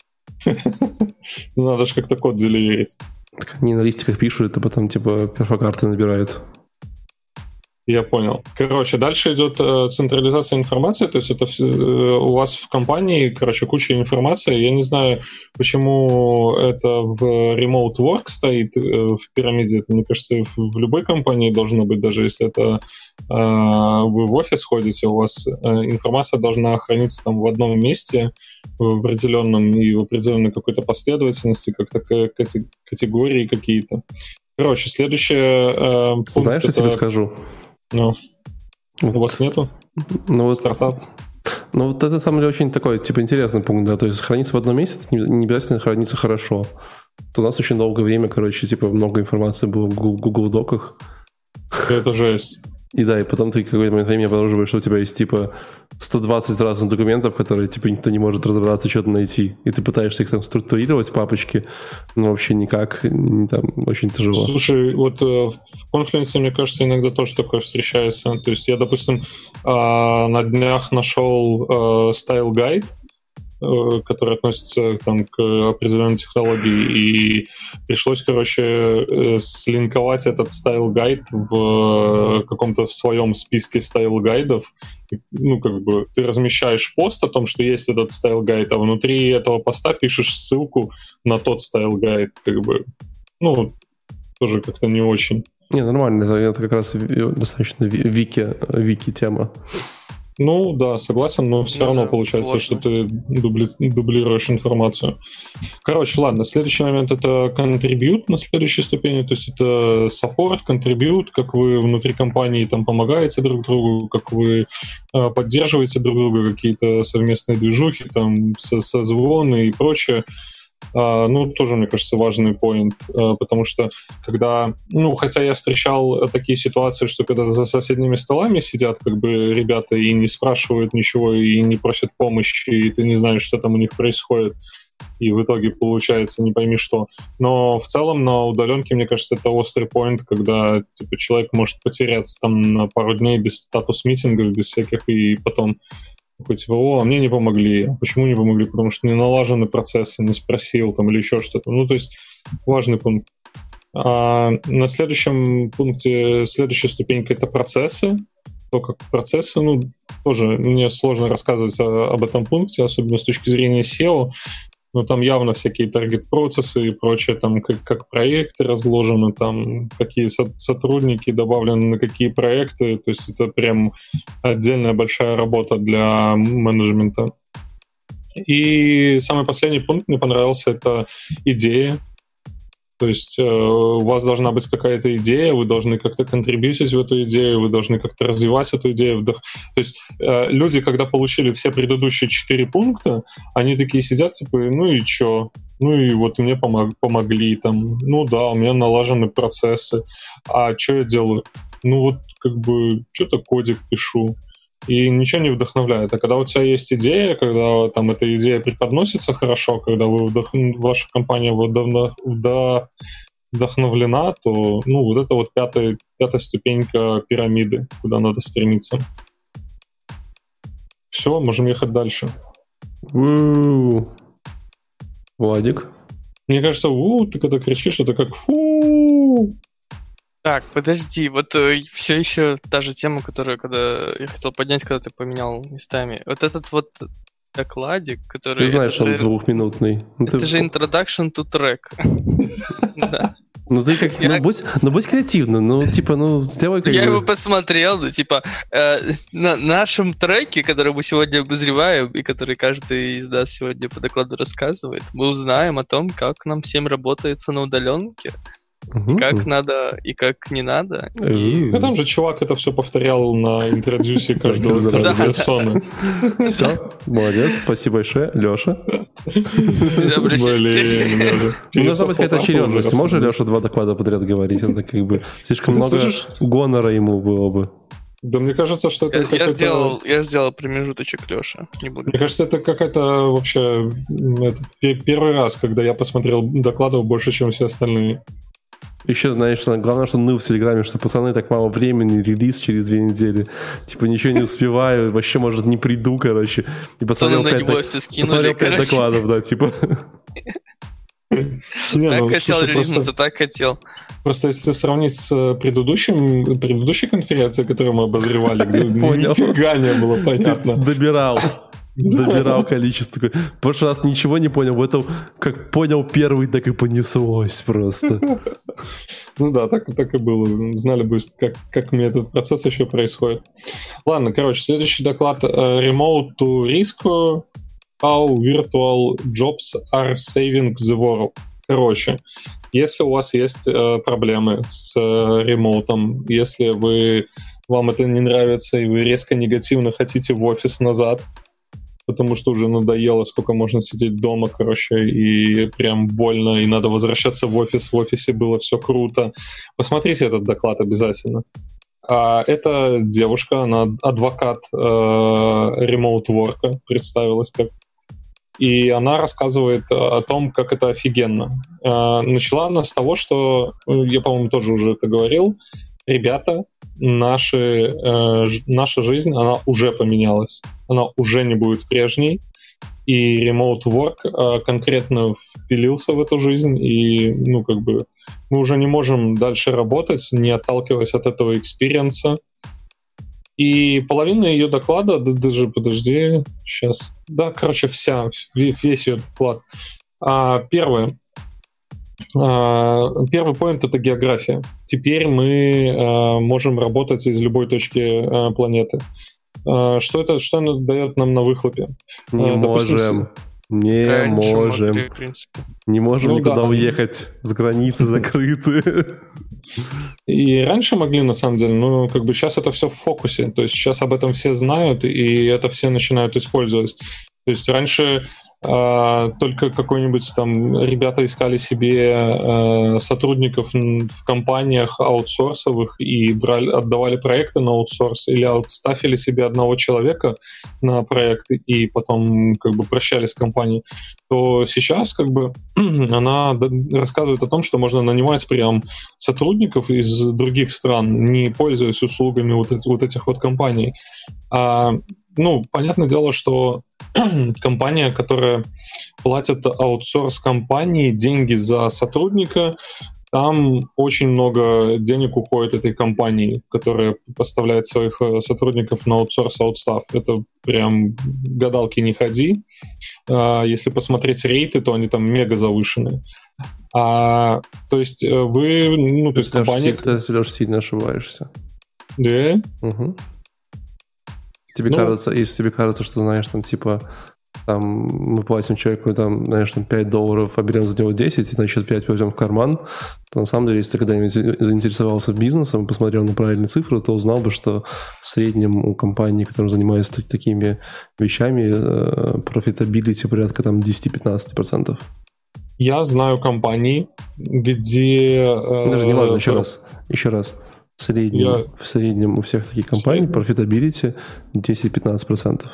Надо же как-то код деливерить. Они на листиках пишут, а потом типа перфокарты набирают. Я понял. Короче, дальше идет э, централизация информации, то есть это все, э, у вас в компании, короче, куча информации. Я не знаю, почему это в remote work стоит э, в пирамиде. Это, мне кажется, в, в любой компании должно быть, даже если это э, вы в офис ходите, у вас э, информация должна храниться там в одном месте, в определенном и в определенной какой-то последовательности, как-то категории какие-то. Короче, следующее... Э, пункт Знаешь, это... я тебе скажу? Ну, вот. У вас нету? Ну, вот, стартап? Ну, вот это, на самом деле, очень такой, типа, интересный пункт, да, то есть храниться в одном месте, это не, не обязательно храниться хорошо. То у нас очень долгое время, короче, типа, много информации было в Google Доках. Это жесть. И да, и потом ты какой-то момент времени обнаруживаешь, что у тебя есть, типа, сто двадцать разных документов, которые, типа, никто не может разобраться, что-то найти. И ты пытаешься их там структурировать в папочке, но вообще никак, там, очень тяжело. Слушай, вот э, в Confluence, мне кажется, иногда тоже такое встречается. То есть я, допустим, э, на днях нашел э, Style Guide, э, который относится там, к определенной технологии, и пришлось, короче, э, слинковать этот Style Guide в э, каком-то в своем списке Style гайдов. Ну, как бы, ты размещаешь пост о том, что есть этот Style Guide, а внутри этого поста пишешь ссылку на тот Style Guide, как бы, ну, тоже как-то не очень. Не, нормально, это, это как раз достаточно вики, вики тема. Ну, да, согласен, но все ну, равно да, получается, сложность. что ты дубли, дублируешь информацию. Короче, ладно, следующий момент — это contribute на следующей ступени, то есть это support, contribute, как вы внутри компании там помогаете друг другу, как вы э, поддерживаете друг друга, какие-то совместные движухи, там, со- созвоны и прочее. Uh, ну, тоже, мне кажется, важный поинт, uh, потому что когда, ну, хотя я встречал такие ситуации, что когда за соседними столами сидят как бы ребята и не спрашивают ничего, и не просят помощи, и ты не знаешь, что там у них происходит, и в итоге получается не пойми что. Но в целом на удаленке, мне кажется, это острый поинт, когда типа, человек может потеряться там на пару дней без статус-митингов, без всяких, и потом такой, типа, о, а мне не помогли. А почему не помогли? Потому что не налажены процессы, не спросил там или еще что-то. Ну, то есть важный пункт. А на следующем пункте, следующая ступенька — это процессы. То, как процессы, ну, тоже мне сложно рассказывать о, об этом пункте, особенно с точки зрения сео. Но там явно всякие таргет-процессы и прочее, там как, как проекты разложены, там какие со- сотрудники добавлены на какие проекты. То есть это прям отдельная большая работа для менеджмента. И самый последний пункт мне понравился — это идея. То есть э, у вас должна быть какая-то идея, вы должны как-то контрибьютить в эту идею, вы должны как-то развивать эту идею. Вдох... То есть э, люди, когда получили все предыдущие четыре пункта, они такие сидят, типа, ну и чё? Ну и вот мне помог... помогли, там, ну да, у меня налажены процессы. А что я делаю? Ну вот как бы что-то кодик пишу. И ничего не вдохновляет. А когда у тебя есть идея, когда там эта идея преподносится хорошо, когда вы вдох... ваша компания вдохно... вдохновлена, то ну, вот это вот пятая, пятая ступенька пирамиды, куда надо стремиться. Все, можем ехать дальше. У-у-у. Владик? Мне кажется, у, ты когда кричишь, это как фу. Так, подожди, вот э, все еще та же тема, которую когда я хотел поднять, когда ты поменял местами. Вот этот вот докладик, который... Ты знаешь, это что он же, двухминутный. Ну, это ты- же introduction to track. Да. Ну ты как, Я- ну будь, ну будь креативным, ну типа, ну сделай как Я бы- его посмотрел, ну, типа, э, с- на нашем треке, который мы сегодня обозреваем, и который каждый из нас сегодня по докладу рассказывает, мы узнаем о том, как нам всем работается на удаленке, Мгм. как надо и как не надо. И... Ну, там же чувак это все повторял на интродюсе каждого, Да, каждой да. персоны. Все, молодец, спасибо большое, Леша. Обращайтесь. Блин, Лёша. Ну, должна быть какая-то Фотоаппарат очередность. уже Можно рассказываешь. Леша два доклада подряд говорить? Это как бы слишком Ты много слышишь? гонора ему было бы. Да мне кажется, что это Я, какая-то... я сделал, я сделал промежуточек, Леша. Не Мне благодарю. кажется, это какая-то вообще... м, это пе- первый раз, когда я посмотрел докладов больше, чем все остальные. Еще, знаешь, что- главное, что ныл в Телеграме, что пацаны так мало времени, релиз через две недели. Типа ничего не успеваю, вообще, может, не приду, короче. И Пацаны посмотрел на пять, него док- все скинули, посмотрел пять короче. докладов, да, типа. Не, Так ну, хотел слушай, релизнуться, просто, так хотел. просто если сравнить с э, предыдущим, предыдущей конференцией, которую мы обозревали, где Понял. нифига не было понятно. Добирал. Добирал количество. такое. В прошлый раз ничего не понял, в этом как понял первый, так и понеслось просто. Ну да, так, так и было. Знали бы, как, как мне этот процесс еще происходит. Ладно, короче, следующий доклад. э, Remote to Risk. How virtual jobs are saving the world. Короче, если у вас есть э, проблемы с э, ремоутом, если вы, вам это не нравится и вы резко негативно хотите в офис назад, потому что уже надоело, сколько можно сидеть дома, короче, и прям больно, и надо возвращаться в офис. В офисе было все круто. Посмотрите этот доклад обязательно. А, это девушка, она адвокат э, ремоут-ворка, представилась как. И она рассказывает о том, как это офигенно. Э, начала она с того, что, я, по-моему, тоже уже это говорил, ребята, наши, э, ж, наша жизнь, она уже поменялась. Она уже не будет прежней. И remote work э, конкретно впилился в эту жизнь. И, ну, как бы, мы уже не можем дальше работать, не отталкиваясь от этого экспириенса. И половина ее доклада, да, даже, подожди, сейчас. Да, короче, вся, весь ее доклад. А, первое. Первый поинт — это география. Теперь мы э, можем работать из любой точки э, планеты. Э, что это, что это дает нам на выхлопе? Не э, допустим, можем. Не Раньше можем. могли, в принципе. Не можем Ну никуда да. уехать. С границы закрыты. И раньше могли, на самом деле, но как бы сейчас это все в фокусе. То есть сейчас об этом все знают, и это все начинают использовать. То есть раньше э, только какой-нибудь там ребята искали себе э, сотрудников в компаниях аутсорсовых и брали, отдавали проекты на аутсорс или аутстафили себе одного человека на проект и потом как бы прощались с компанией, то сейчас как бы она рассказывает о том, что можно нанимать прям сотрудников из других стран, не пользуясь услугами вот, эти, вот этих вот компаний. А, ну, понятное дело, что компания, которая платит аутсорс-компании деньги за сотрудника, там очень много денег уходит этой компании, которая поставляет своих сотрудников на аутсорс, аутстаф. Это прям гадалки не ходи. Если посмотреть рейты, то они там мега завышенные. А, то есть вы... Ну, то есть компания... Ты, Леш, сильно ошибаешься. Да? Угу. Тебе ну, кажется, если тебе кажется, что, знаешь, там, типа, там, мы платим человеку, там, знаешь, там, пять долларов, а берем за него десять, и, значит, пять повезем в карман, то, на самом деле, если ты когда-нибудь заинтересовался бизнесом и посмотрел на правильные цифры, то узнал бы, что в среднем у компаний, которые занимаются такими вещами, профитабилити порядка, там, десять-пятнадцать процентов. Я знаю компании, где... Даже не важно, еще раз, еще раз. В среднем, Я... в среднем у всех таких компаний профитабилити десять-пятнадцать процентов.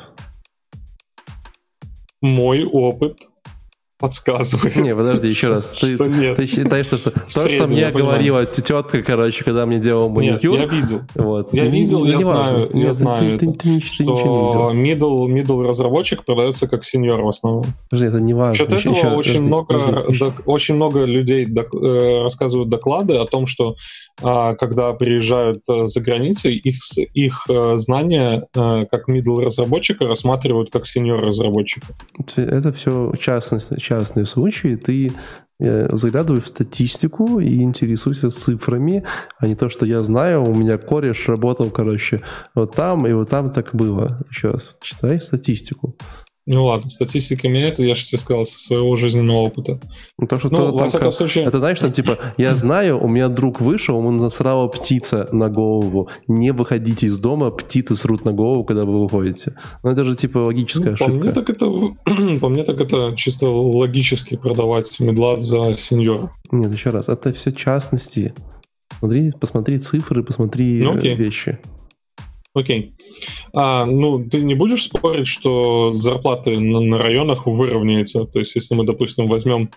Мой опыт подсказывает. Не, подожди, еще раз. Ты, что нет. Ты считаешь, что, что то, что мне говорила тетка, короче, когда мне делал маникюр... Нет, я видел. Вот. Я видел, не, я не знаю, важно. я Нет, знаю ты, это, ты, ты, ты, что ты ничего не middle, middle разработчик продается как сеньор в основном. Подожди, это не важно. Счет этого еще, очень, подожди, много, подожди, док, очень много людей док, э, рассказывают доклады о том, что э, когда приезжают э, за границей, их, их э, знания э, как middle разработчика рассматривают как сеньор разработчика. Это все частные, частные случаи. Ты заглядывай в статистику и интересуйся цифрами, а не то, что я знаю, у меня кореш работал, короче, вот там и вот там так было. Еще раз, читай статистику. Ну ладно, статистика меняет, я же тебе сказал, со своего жизненного опыта. Ну, то, что ну, то, во там, всяком как, случае... Это знаешь, там типа, я знаю, у меня друг вышел, ему насрала птица на голову. Не выходите из дома, птицы срут на голову, когда вы выходите. Ну, это же типа логическая ну, ошибка. По мне, так это, по мне так это чисто логически продавать медлат за сеньора. Нет, еще раз, это все частности. Смотри, посмотри цифры, посмотри ну, вещи. Окей. А, ну, ты не будешь спорить, что зарплаты на, на районах выровняются? То есть, если мы, допустим, возьмем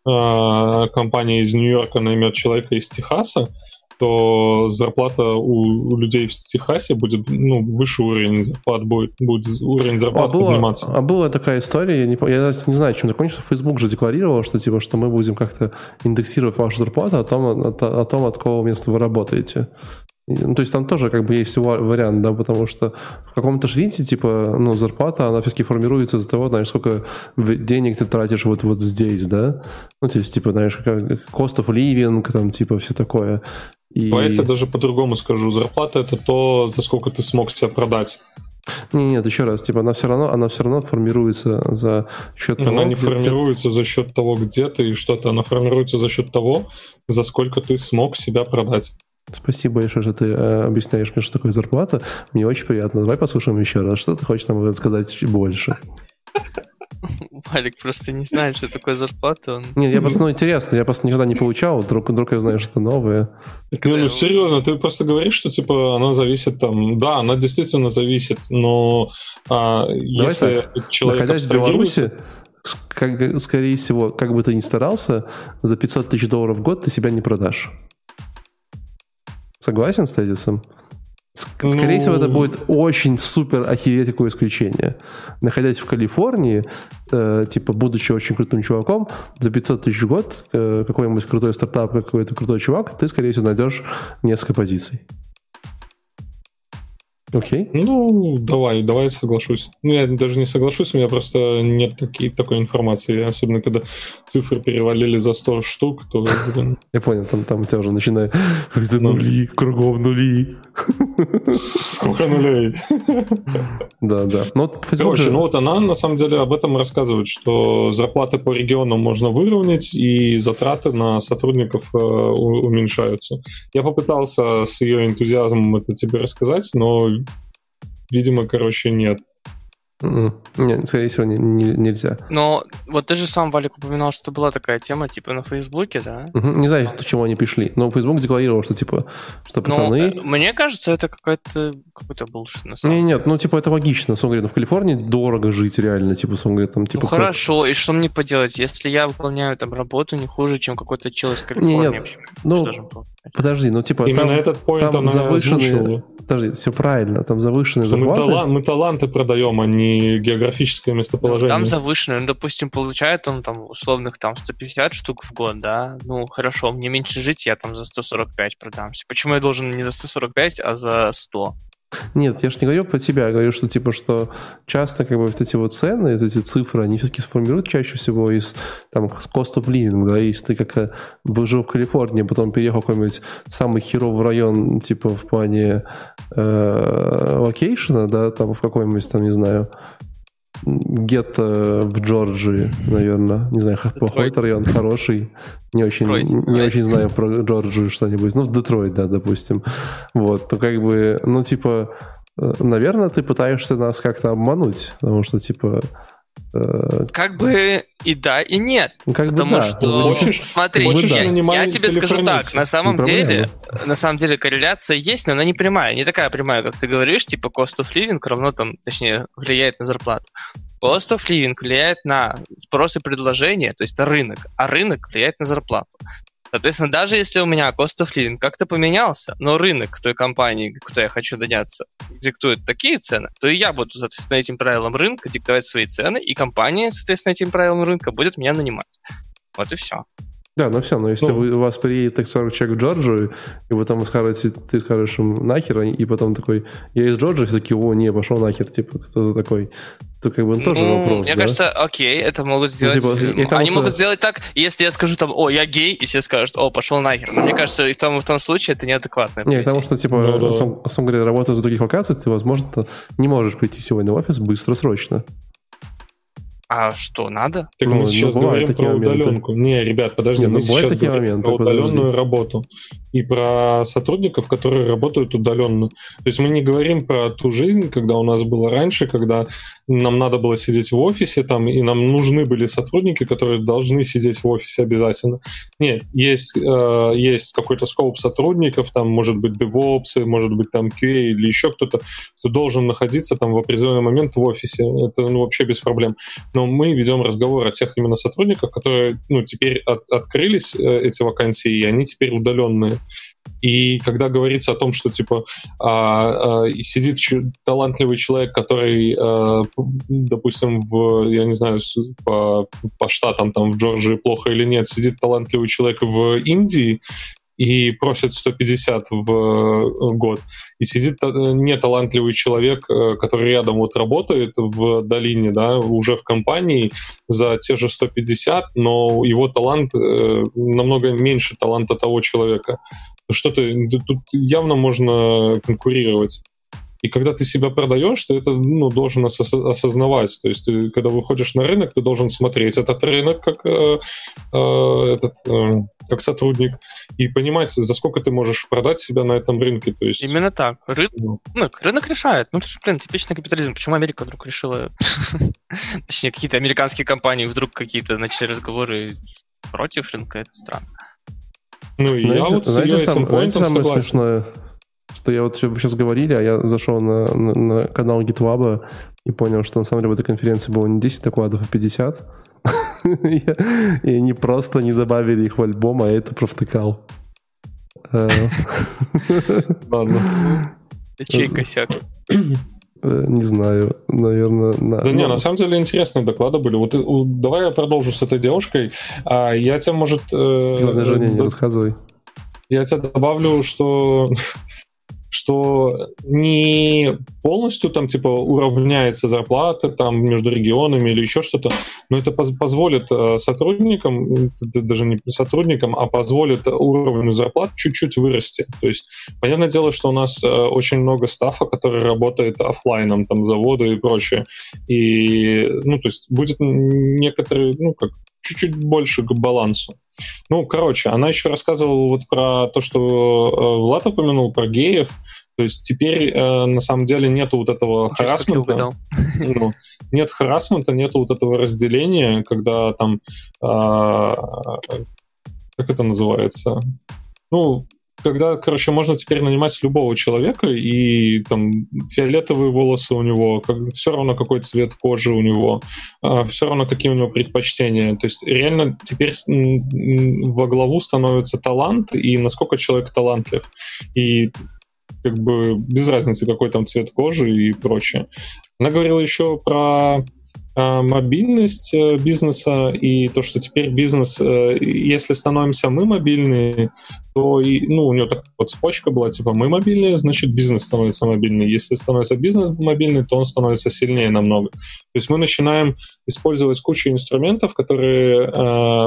а, компанию из Нью-Йорка, наймет человека из Техаса, то зарплата у, у людей в Техасе будет, ну, выше уровень зарплат будет, будет уровень зарплат а подниматься. Была, а была такая история, я не, я не знаю, чем закончится, Facebook же декларировал, что типа, что мы будем как-то индексировать вашу зарплату о том, о, о том, от какого места вы работаете. Ну, то есть там тоже как бы есть вариант, да, потому что в каком-то же видите, типа, ну, зарплата, она все-таки формируется из-за того, знаешь, сколько денег ты тратишь вот, вот здесь, да, ну, то есть, типа, знаешь, cost of living, там, типа, все такое. И... Давайте я даже по-другому скажу, зарплата — это то, за сколько ты смог себя продать. Нет, нет, еще раз, типа, она все равно, она все равно формируется за счет она того... Она не формируется за счет того, где ты и что-то, она формируется за счет того, за сколько ты смог себя продать. Спасибо большое, что ты э, объясняешь мне, что такое зарплата. Мне очень приятно. Давай послушаем еще раз. Что ты хочешь нам сказать больше? Валик просто не знает, что такое зарплата. Он... Нет, я просто, ну, интересно, я просто никогда не получал, вдруг, вдруг я знаю что-то новое. Ну, ну, серьезно, ты просто говоришь, что, типа, она зависит там... Да, она действительно зависит, но а, если так, человек находясь в Беларуси, как, скорее всего, как бы ты ни старался, за пятьсот тысяч долларов в год ты себя не продашь. Согласен с тезисом? Скорее ну... всего, это будет очень супер охереть какое исключение. Находясь в Калифорнии, э, типа, будучи очень крутым чуваком, за пятьсот тысяч в год э, какой-нибудь крутой стартап, какой-то крутой чувак, ты, скорее всего, найдешь несколько позиций. Окей. Ну, давай, давай соглашусь. Ну, я даже не соглашусь, у меня просто нет таки, такой информации, особенно когда цифры перевалили за сто штук, то... Я понял, там, там у тебя уже начинает нули, кругом нули. Сколько нулей? Да, да. Короче, ну вот она на самом деле об этом рассказывает, что зарплаты по регионам можно выровнять, и затраты на сотрудников уменьшаются. Я попытался с ее энтузиазмом это тебе рассказать, но видимо, короче, нет. Mm-mm. Нет, скорее всего, не, не, нельзя. Но вот ты же сам, Валик, упоминал, что была такая тема, типа, на Фейсбуке, да? Uh-huh. Не знаю, к чему они пришли, но Фейсбук декларировал, что, типа, что пацаны... Ну, мне кажется, это какой-то, какой-то булшит, на самом не, деле. Нет, ну, типа, это логично. Он говорит, ну, в Калифорнии дорого жить реально, типа, он говорит, там, типа... Ну, хорошо, и что мне поделать, если я выполняю там работу не хуже, чем какой-то чел из Калифорнии? Нет, ну, подожди, ну, типа... Именно там, этот поинт там она завышенные... озвучила. Подожди, все правильно, там завышенные что зарплаты. Мы, талант, мы таланты продаем, а не географическое местоположение. Ну, там завышенные, ну, допустим, получает он там условных там сто пятьдесят штук в год, да, ну, хорошо, мне меньше жить, я там за сто сорок пять продамся. Почему я должен не за сто сорок пять, а за сто? Нет, я же не говорю про тебя, я говорю, что типа, что часто как бы вот эти вот цены, эти цифры, они все-таки сформируют чаще всего из там cost of living, да, если ты как жил в Калифорнии, потом переехал в какой-нибудь самый херовый район, типа в плане локейшена, э, да, там в какой-нибудь там, не знаю, гетто в Джорджии, наверное. Не знаю, плохой это район, хороший. Не очень, Детройт, не да. очень знаю про Джорджию что-нибудь. Ну, в Детройт, да, допустим. Вот, то как бы, ну, типа, наверное, ты пытаешься нас как-то обмануть, потому что, типа... Э... Как бы и да, и нет. Ну, как потому бы да. что, хочешь, смотри, хочешь я, я тебе скажу так, на самом не деле, на самом деле корреляция есть, но она не прямая, не такая прямая, как ты говоришь, типа cost of living равно там, точнее, влияет на зарплату. Cost of living влияет на спрос и предложение, то есть на рынок, а рынок влияет на зарплату. Соответственно, даже если у меня cost of living как-то поменялся, но рынок той компании, куда я хочу наняться, диктует такие цены, то и я буду, соответственно, этим правилам рынка диктовать свои цены, и компания, соответственно, этим правилам рынка будет меня нанимать. Вот и все. Да, ну все, но если ну, вы, у вас приедет так сорок человек в Джорджию, и вы там скажете, ты скажешь им нахер, и потом такой, я из Джорджии, все такие, о, не, пошел нахер, типа, кто-то такой, то как бы тоже ну, вопрос, мне да? кажется, окей, это могут сделать, ну, типа, они что... могут сделать так, если я скажу там, о, я гей, и все скажут, о, пошел нахер, но мне кажется, и в том, в том случае это неадекватно. Не, потому что, типа, ну, да. сам, сам говорит, работая за других локациях, ты, возможно, не можешь прийти сегодня в офис быстро, срочно. А что, надо? Так ну, мы сейчас говорим про моменты. Удаленку. Не, ребят, подожди, не, мы сейчас говорим моменты, про удаленную подожди. работу и про сотрудников, которые работают удаленно. То есть мы не говорим про ту жизнь, когда у нас было раньше, когда нам надо было сидеть в офисе, там, и нам нужны были сотрудники, которые должны сидеть в офисе обязательно. Нет, есть, э, есть какой-то скоп сотрудников, там, может быть, DevOps, может быть, там, кью эй или еще кто-то, кто должен находиться там в определенный момент в офисе. Это ну, вообще без проблем. Но мы ведем разговор о тех именно сотрудниках, которые ну, теперь от, открылись, э, эти вакансии, и они теперь удаленные. И когда говорится о том, что типа а, а, сидит талантливый человек, который, а, допустим, в, я не знаю, по, по штатам там в Джорджии плохо или нет, сидит талантливый человек в Индии и просит сто пятьдесят в год, и сидит неталантливый человек, который рядом вот работает в долине, да, уже в компании за те же сто пятьдесят, но его талант э, намного меньше таланта того человека. Что-то тут явно можно конкурировать. И когда ты себя продаешь, ты это ну, должен ос- осознавать. То есть ты, когда выходишь на рынок, ты должен смотреть этот рынок как, э, э, этот, э, как сотрудник и понимать, за сколько ты можешь продать себя на этом рынке. То есть... Именно так. Ры... Ну. Ну, рынок решает. Ну, это же, блин, типичный капитализм. Почему Америка вдруг решила... Точнее, какие-то американские компании вдруг какие-то начали разговоры против рынка? Это странно. Ну, и знаете, я вот с знаете, ее сам, этим знаете поинтом самое согласен. смешное, что я вот вы сейчас говорили, а я зашел на, на, на канал GitLab и понял, что на самом деле в этой конференции было не десять докладов, а пятьдесят. И они просто не добавили их в альбом, а я это провтыкал. Ладно. Чей косяк? Не знаю, наверное... Да не, на самом деле интересные доклады были. Вот давай я продолжу с этой девушкой. Я тебе, может... Главное, Женя, не рассказывай. Я тебе добавлю, что... что не полностью там типа уравняется зарплата там между регионами или еще что-то, но это поз- позволит э, сотрудникам, даже не сотрудникам, а позволит уровню зарплат чуть-чуть вырасти. То есть, понятное дело, что у нас э, очень много стаффа, который работает офлайном, там заводы и прочее. И, ну, то есть будет некоторые, ну, как чуть-чуть больше к балансу. Ну, короче, она еще рассказывала вот про то, что э, Влад упомянул, про геев. То есть теперь э, на самом деле нету вот этого харассмента. Ну, нет харассмента, нету вот этого разделения, когда там... Э, как это называется? Ну... Когда, короче, можно теперь нанимать любого человека, и там фиолетовые волосы у него, как, все равно какой цвет кожи у него, э, все равно какие у него предпочтения. То есть реально теперь во главу становится талант, и насколько человек талантлив. И как бы без разницы, какой там цвет кожи и прочее. Она говорила еще про мобильность бизнеса и то, что теперь бизнес, если становимся мы мобильные, то и, ну, у него такая вот цепочка была, типа, мы мобильные, значит, бизнес становится мобильный. Если становится бизнес мобильный, то он становится сильнее намного. То есть мы начинаем использовать кучу инструментов, которые э,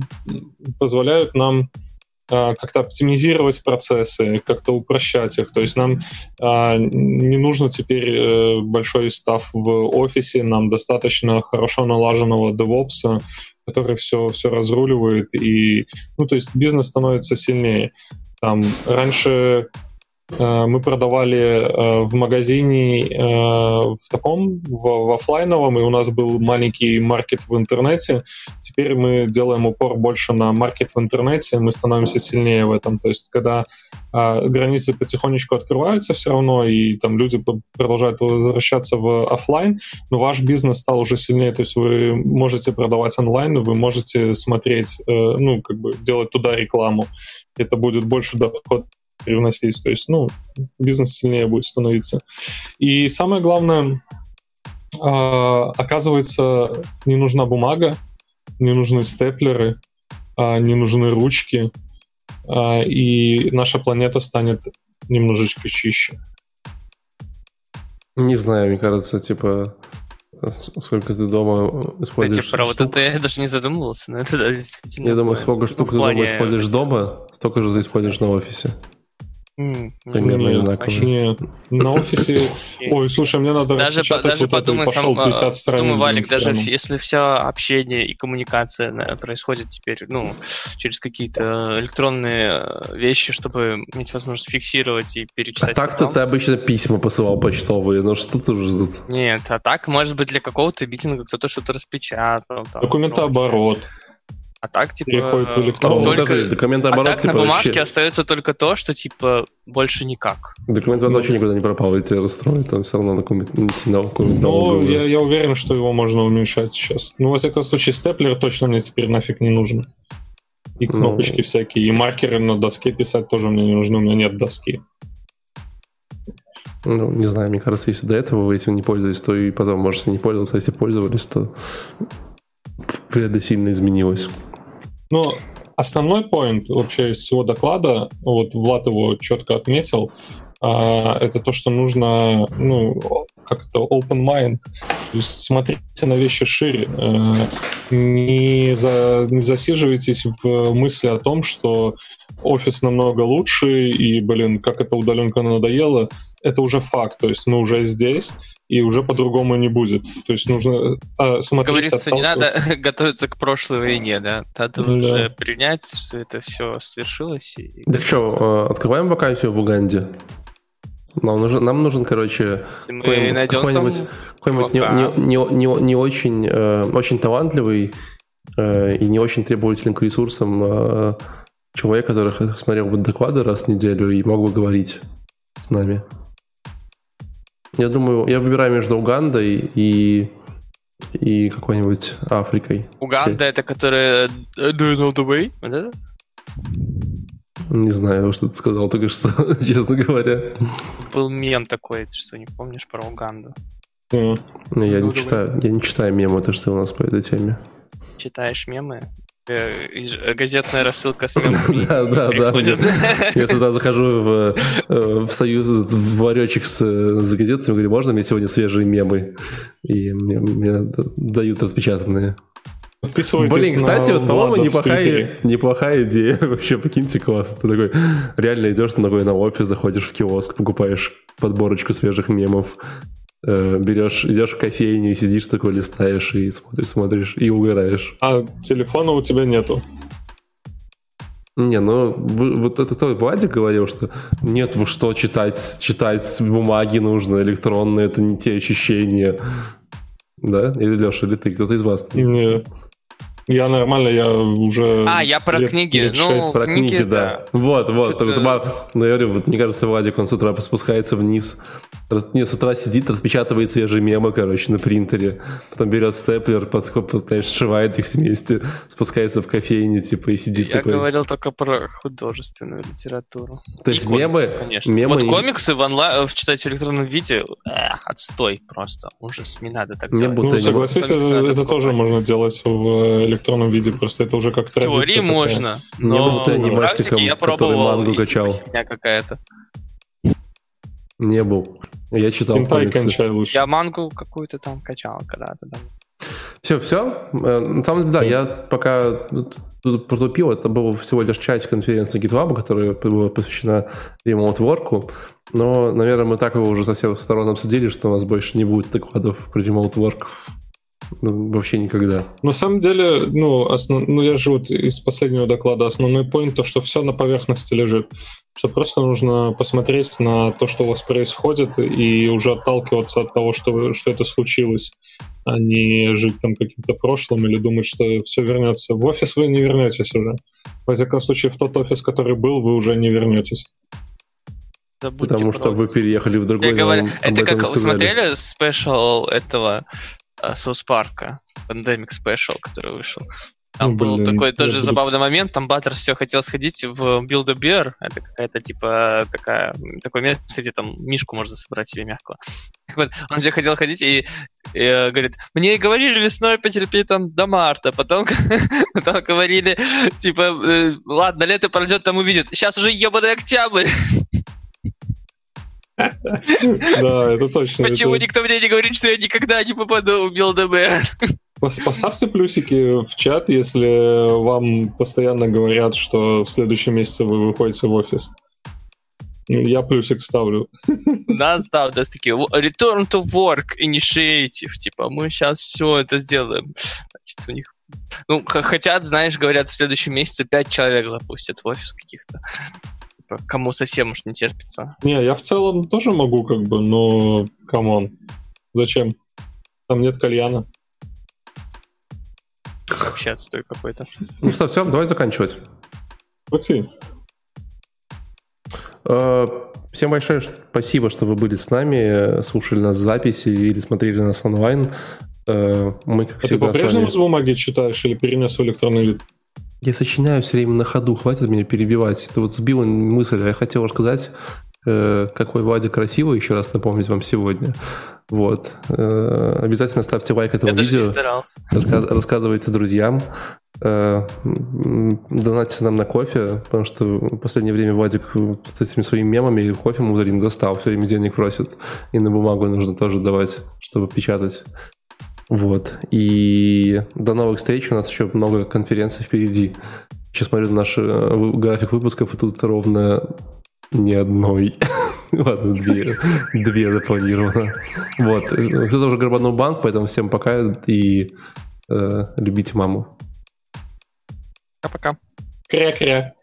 позволяют нам как-то оптимизировать процессы, как-то упрощать их. То есть нам а, не нужно теперь э, большой став в офисе, нам достаточно хорошо налаженного DevOps, который все, все разруливает. И, ну, то есть бизнес становится сильнее. Там, раньше э, мы продавали э, в магазине э, в таком, в, в офлайновом, и у нас был маленький маркет в интернете. Теперь мы делаем упор больше на маркет в интернете, мы становимся сильнее в этом. То есть, когда а, границы потихонечку открываются все равно, и там люди продолжают возвращаться в офлайн, но ваш бизнес стал уже сильнее. То есть вы можете продавать онлайн, вы можете смотреть, э, ну, как бы делать туда рекламу. Это будет больше доход привносить. То есть, ну, бизнес сильнее будет становиться. И самое главное, э, оказывается, не нужна бумага, не нужны степлеры, не нужны ручки, и наша планета станет немножечко чище. Не знаю, мне кажется, типа, сколько ты дома используешь Кстати, про штук. вот это я даже не задумывался, но это да, действительно... Я думаю, сколько штук ты дома используешь дома, столько же ты используешь на офисе. Mm, Примерно нет, одинаково. Нет, на офисе... Ой, слушай, мне надо даже, распечатать даже вот подумай, это, и пошел сам, пятьдесят страниц. подумай, Валик, даже прямо. если все общение и коммуникация происходит теперь, ну, через какие-то электронные вещи, чтобы иметь возможность фиксировать и перечитать. А так-то ты обычно письма посылал почтовые, но что ты уже тут... Нет, а так, может быть, для какого-то митинга кто-то что-то распечатал. Там, Документооборот. А так, типа, Переходит в электронный. только... Подожди, документооборот, а так типа, на бумажке вообще... остается только то, что, типа, больше никак. Документооборот вообще никуда не пропал, и тебя расстроит, там все равно на какую-нибудь... Ну, я, я уверен, что его можно уменьшать сейчас. Ну, во всяком случае, степлер точно мне теперь нафиг не нужен. И кнопочки ну... всякие, и маркеры на доске писать тоже мне не нужны, у меня нет доски. Ну, не знаю, мне кажется, если до этого вы этим не пользовались, то и потом, может, не пользоваться, а если пользовались, то вряд ли сильно изменилось. Ну, основной поинт вообще из всего доклада, вот Влад его четко отметил, это то, что нужно, ну, как это, open mind, то есть смотрите на вещи шире, не, за, не засиживайтесь в мысли о том, что офис намного лучше, и, блин, как эта удаленка надоела. это уже факт, то есть мы уже здесь, и уже по-другому не будет. То есть нужно э, смотреть... Говорится, не надо готовиться к прошлой войне, да? Надо Да. уже принять, что это все свершилось. И... Так что, открываем вакансию в Уганде? Нам нужен, нам нужен, короче, Мы какой-нибудь, найдем какой-нибудь, там какой-нибудь не, чувака. не, не, не, не очень, э, очень талантливый э, и не очень требовательный к ресурсам э, человек, который смотрел бы доклады раз в неделю и мог бы говорить с нами. Я думаю, я выбираю между Угандой и, и какой-нибудь Африкой. Уганда, это которая Do you know the way? Вот это? Не знаю, что ты сказал только что, честно говоря. Был мем такой, ты что, не помнишь про Уганду? Mm. Но я, Ну, не давай. читаю, я не читаю мемы, то, что у нас по этой теме. Читаешь мемы? Э, и ж- Газетная рассылка с мемами Да, да, да. приходит. Я всегда захожу в, э, в союз, в ларечек с, с газетами, говорю, можно мне сегодня свежие мемы? И мне, мне д- дают распечатанные. Подписывайтесь Блин, кстати, на вот, по-моему, Влада в неплохая, Твиттере. неплохая идея. Вообще, прикиньте, классно. Ты такой реально идешь на такой на офис, заходишь в киоск, покупаешь подборочку свежих мемов, э, берешь, идешь в кофейню и сидишь такой, листаешь и смотришь, смотришь и угораешь. А телефона у тебя нету. Не, ну вы- вот это кто, Владик говорил, что нет, вы что, читать, читать с бумаги нужно, электронные, это не те ощущения. Да? Или Леша, или ты, кто-то из вас? Не. Я нормально, я уже... А, я про лет- книги. лет Ну, шесть. Про книги, книги, да. Вот, вот. Это- Это... Ну, я говорю, вот, мне кажется, Владик, он с утра спускается вниз, рас- не, с утра сидит, распечатывает свежие мемы, короче, на принтере, потом берет степлер, подскоп, знаешь, сшивает их вместе, спускается в кофейню, типа, и сидит Я такой. говорил только про художественную литературу. То И есть комиксы, мемы, конечно. мемы Вот и- комиксы в онлайн читать в электронном виде, э, отстой просто. Ужас, не надо так Мне делать. будто Ну, не согласись, комиксы это, надо это тоже покупать. можно делать в электронном виде, просто это уже как В традиция. теории такая. можно, Не но был ты в анимешником, практике я который пробовал, мангу и типа качал? херня какая-то. Не был. Я читал Хентай комиксы. кончай лучше. Я мангу какую-то там качал когда-то. Да. Все, все. На самом деле, да, я пока тут- тут протупил, это был всего лишь часть конференции GitLab, которая была посвящена remote work. Но, наверное, мы так его уже со всех сторон обсудили, что у нас больше не будет докладов про remote work. Ну, вообще никогда. На самом деле, ну, основ... ну, я же вот из последнего доклада основной поинт, то, что все на поверхности лежит. Что просто нужно посмотреть на то, что у вас происходит, и уже отталкиваться от того, что, что это случилось, а не жить там каким-то прошлым или думать, что все вернется. В офис вы не вернетесь уже. Во всяком случае, в тот офис, который был, вы уже не вернетесь. Забудьте Потому что просто. вы переехали в другой. Я говорю, нам об это этом как вы сказали. смотрели спешл этого Соус Парка, Pandemic Special, который вышел. Там Ну, был блин, такой я тоже буду- забавный момент, там Баттер все хотел сходить в Build-A-Bear, это какая-то типа такая, такое место, где там мишку можно собрать себе мягкого. Так вот, он все хотел ходить и, и, э, говорит, мне говорили весной потерпеть там до марта, потом, потом говорили, типа, э, ладно, лето пройдет, там увидят. Сейчас уже ебаный октябрь. Да, это точно. Почему это- никто мне не говорит, что я никогда не попаду в Build-A-Bear? Пос- Поставьте плюсики в чат, если вам постоянно говорят, что в следующем месяце вы выходите в офис. Я плюсик ставлю. У нас, да, у нас такие «Wo- Return to Work Initiative», типа, мы сейчас все это сделаем. Значит, у них, ну, х- хотят, знаешь, говорят, в следующем месяце пять человек запустят в офис каких-то. Типа, кому совсем уж не терпится. Не, я в целом тоже могу, как бы, но камон. Зачем? Там нет кальяна. Вообще отстой какой-то. Ну что, все, давай заканчивать. Пути. Э, Всем большое спасибо, что вы были с нами, слушали нас в записи или смотрели нас онлайн. Э, Мы, как А ты всегда, с по-прежнему вами... с бумаги читаешь или перенес в электронный вид? Я сочиняю все время на ходу, хватит меня перебивать. Это вот сбила мысль. Я хотел рассказать, э, какой Владик красивый, еще раз напомнить вам сегодня. Вот. Э, обязательно ставьте лайк этому Я даже не видео. старался. Раска- Рассказывайте друзьям. Э, м, Донатьте нам на кофе, потому что в последнее время Владик с этими своими мемами кофе мудрым достал, все время денег просит. И на бумагу нужно тоже давать, чтобы печатать. Вот. И до новых встреч. У нас еще много конференций впереди. Сейчас смотрю на наш э, вы- график выпусков, и тут ровно Ни одной. Ладно, две. Две запланировано. Вот. Кто-то уже грабанул банк, поэтому всем пока и э, любите маму. Пока-пока. Кря-кря.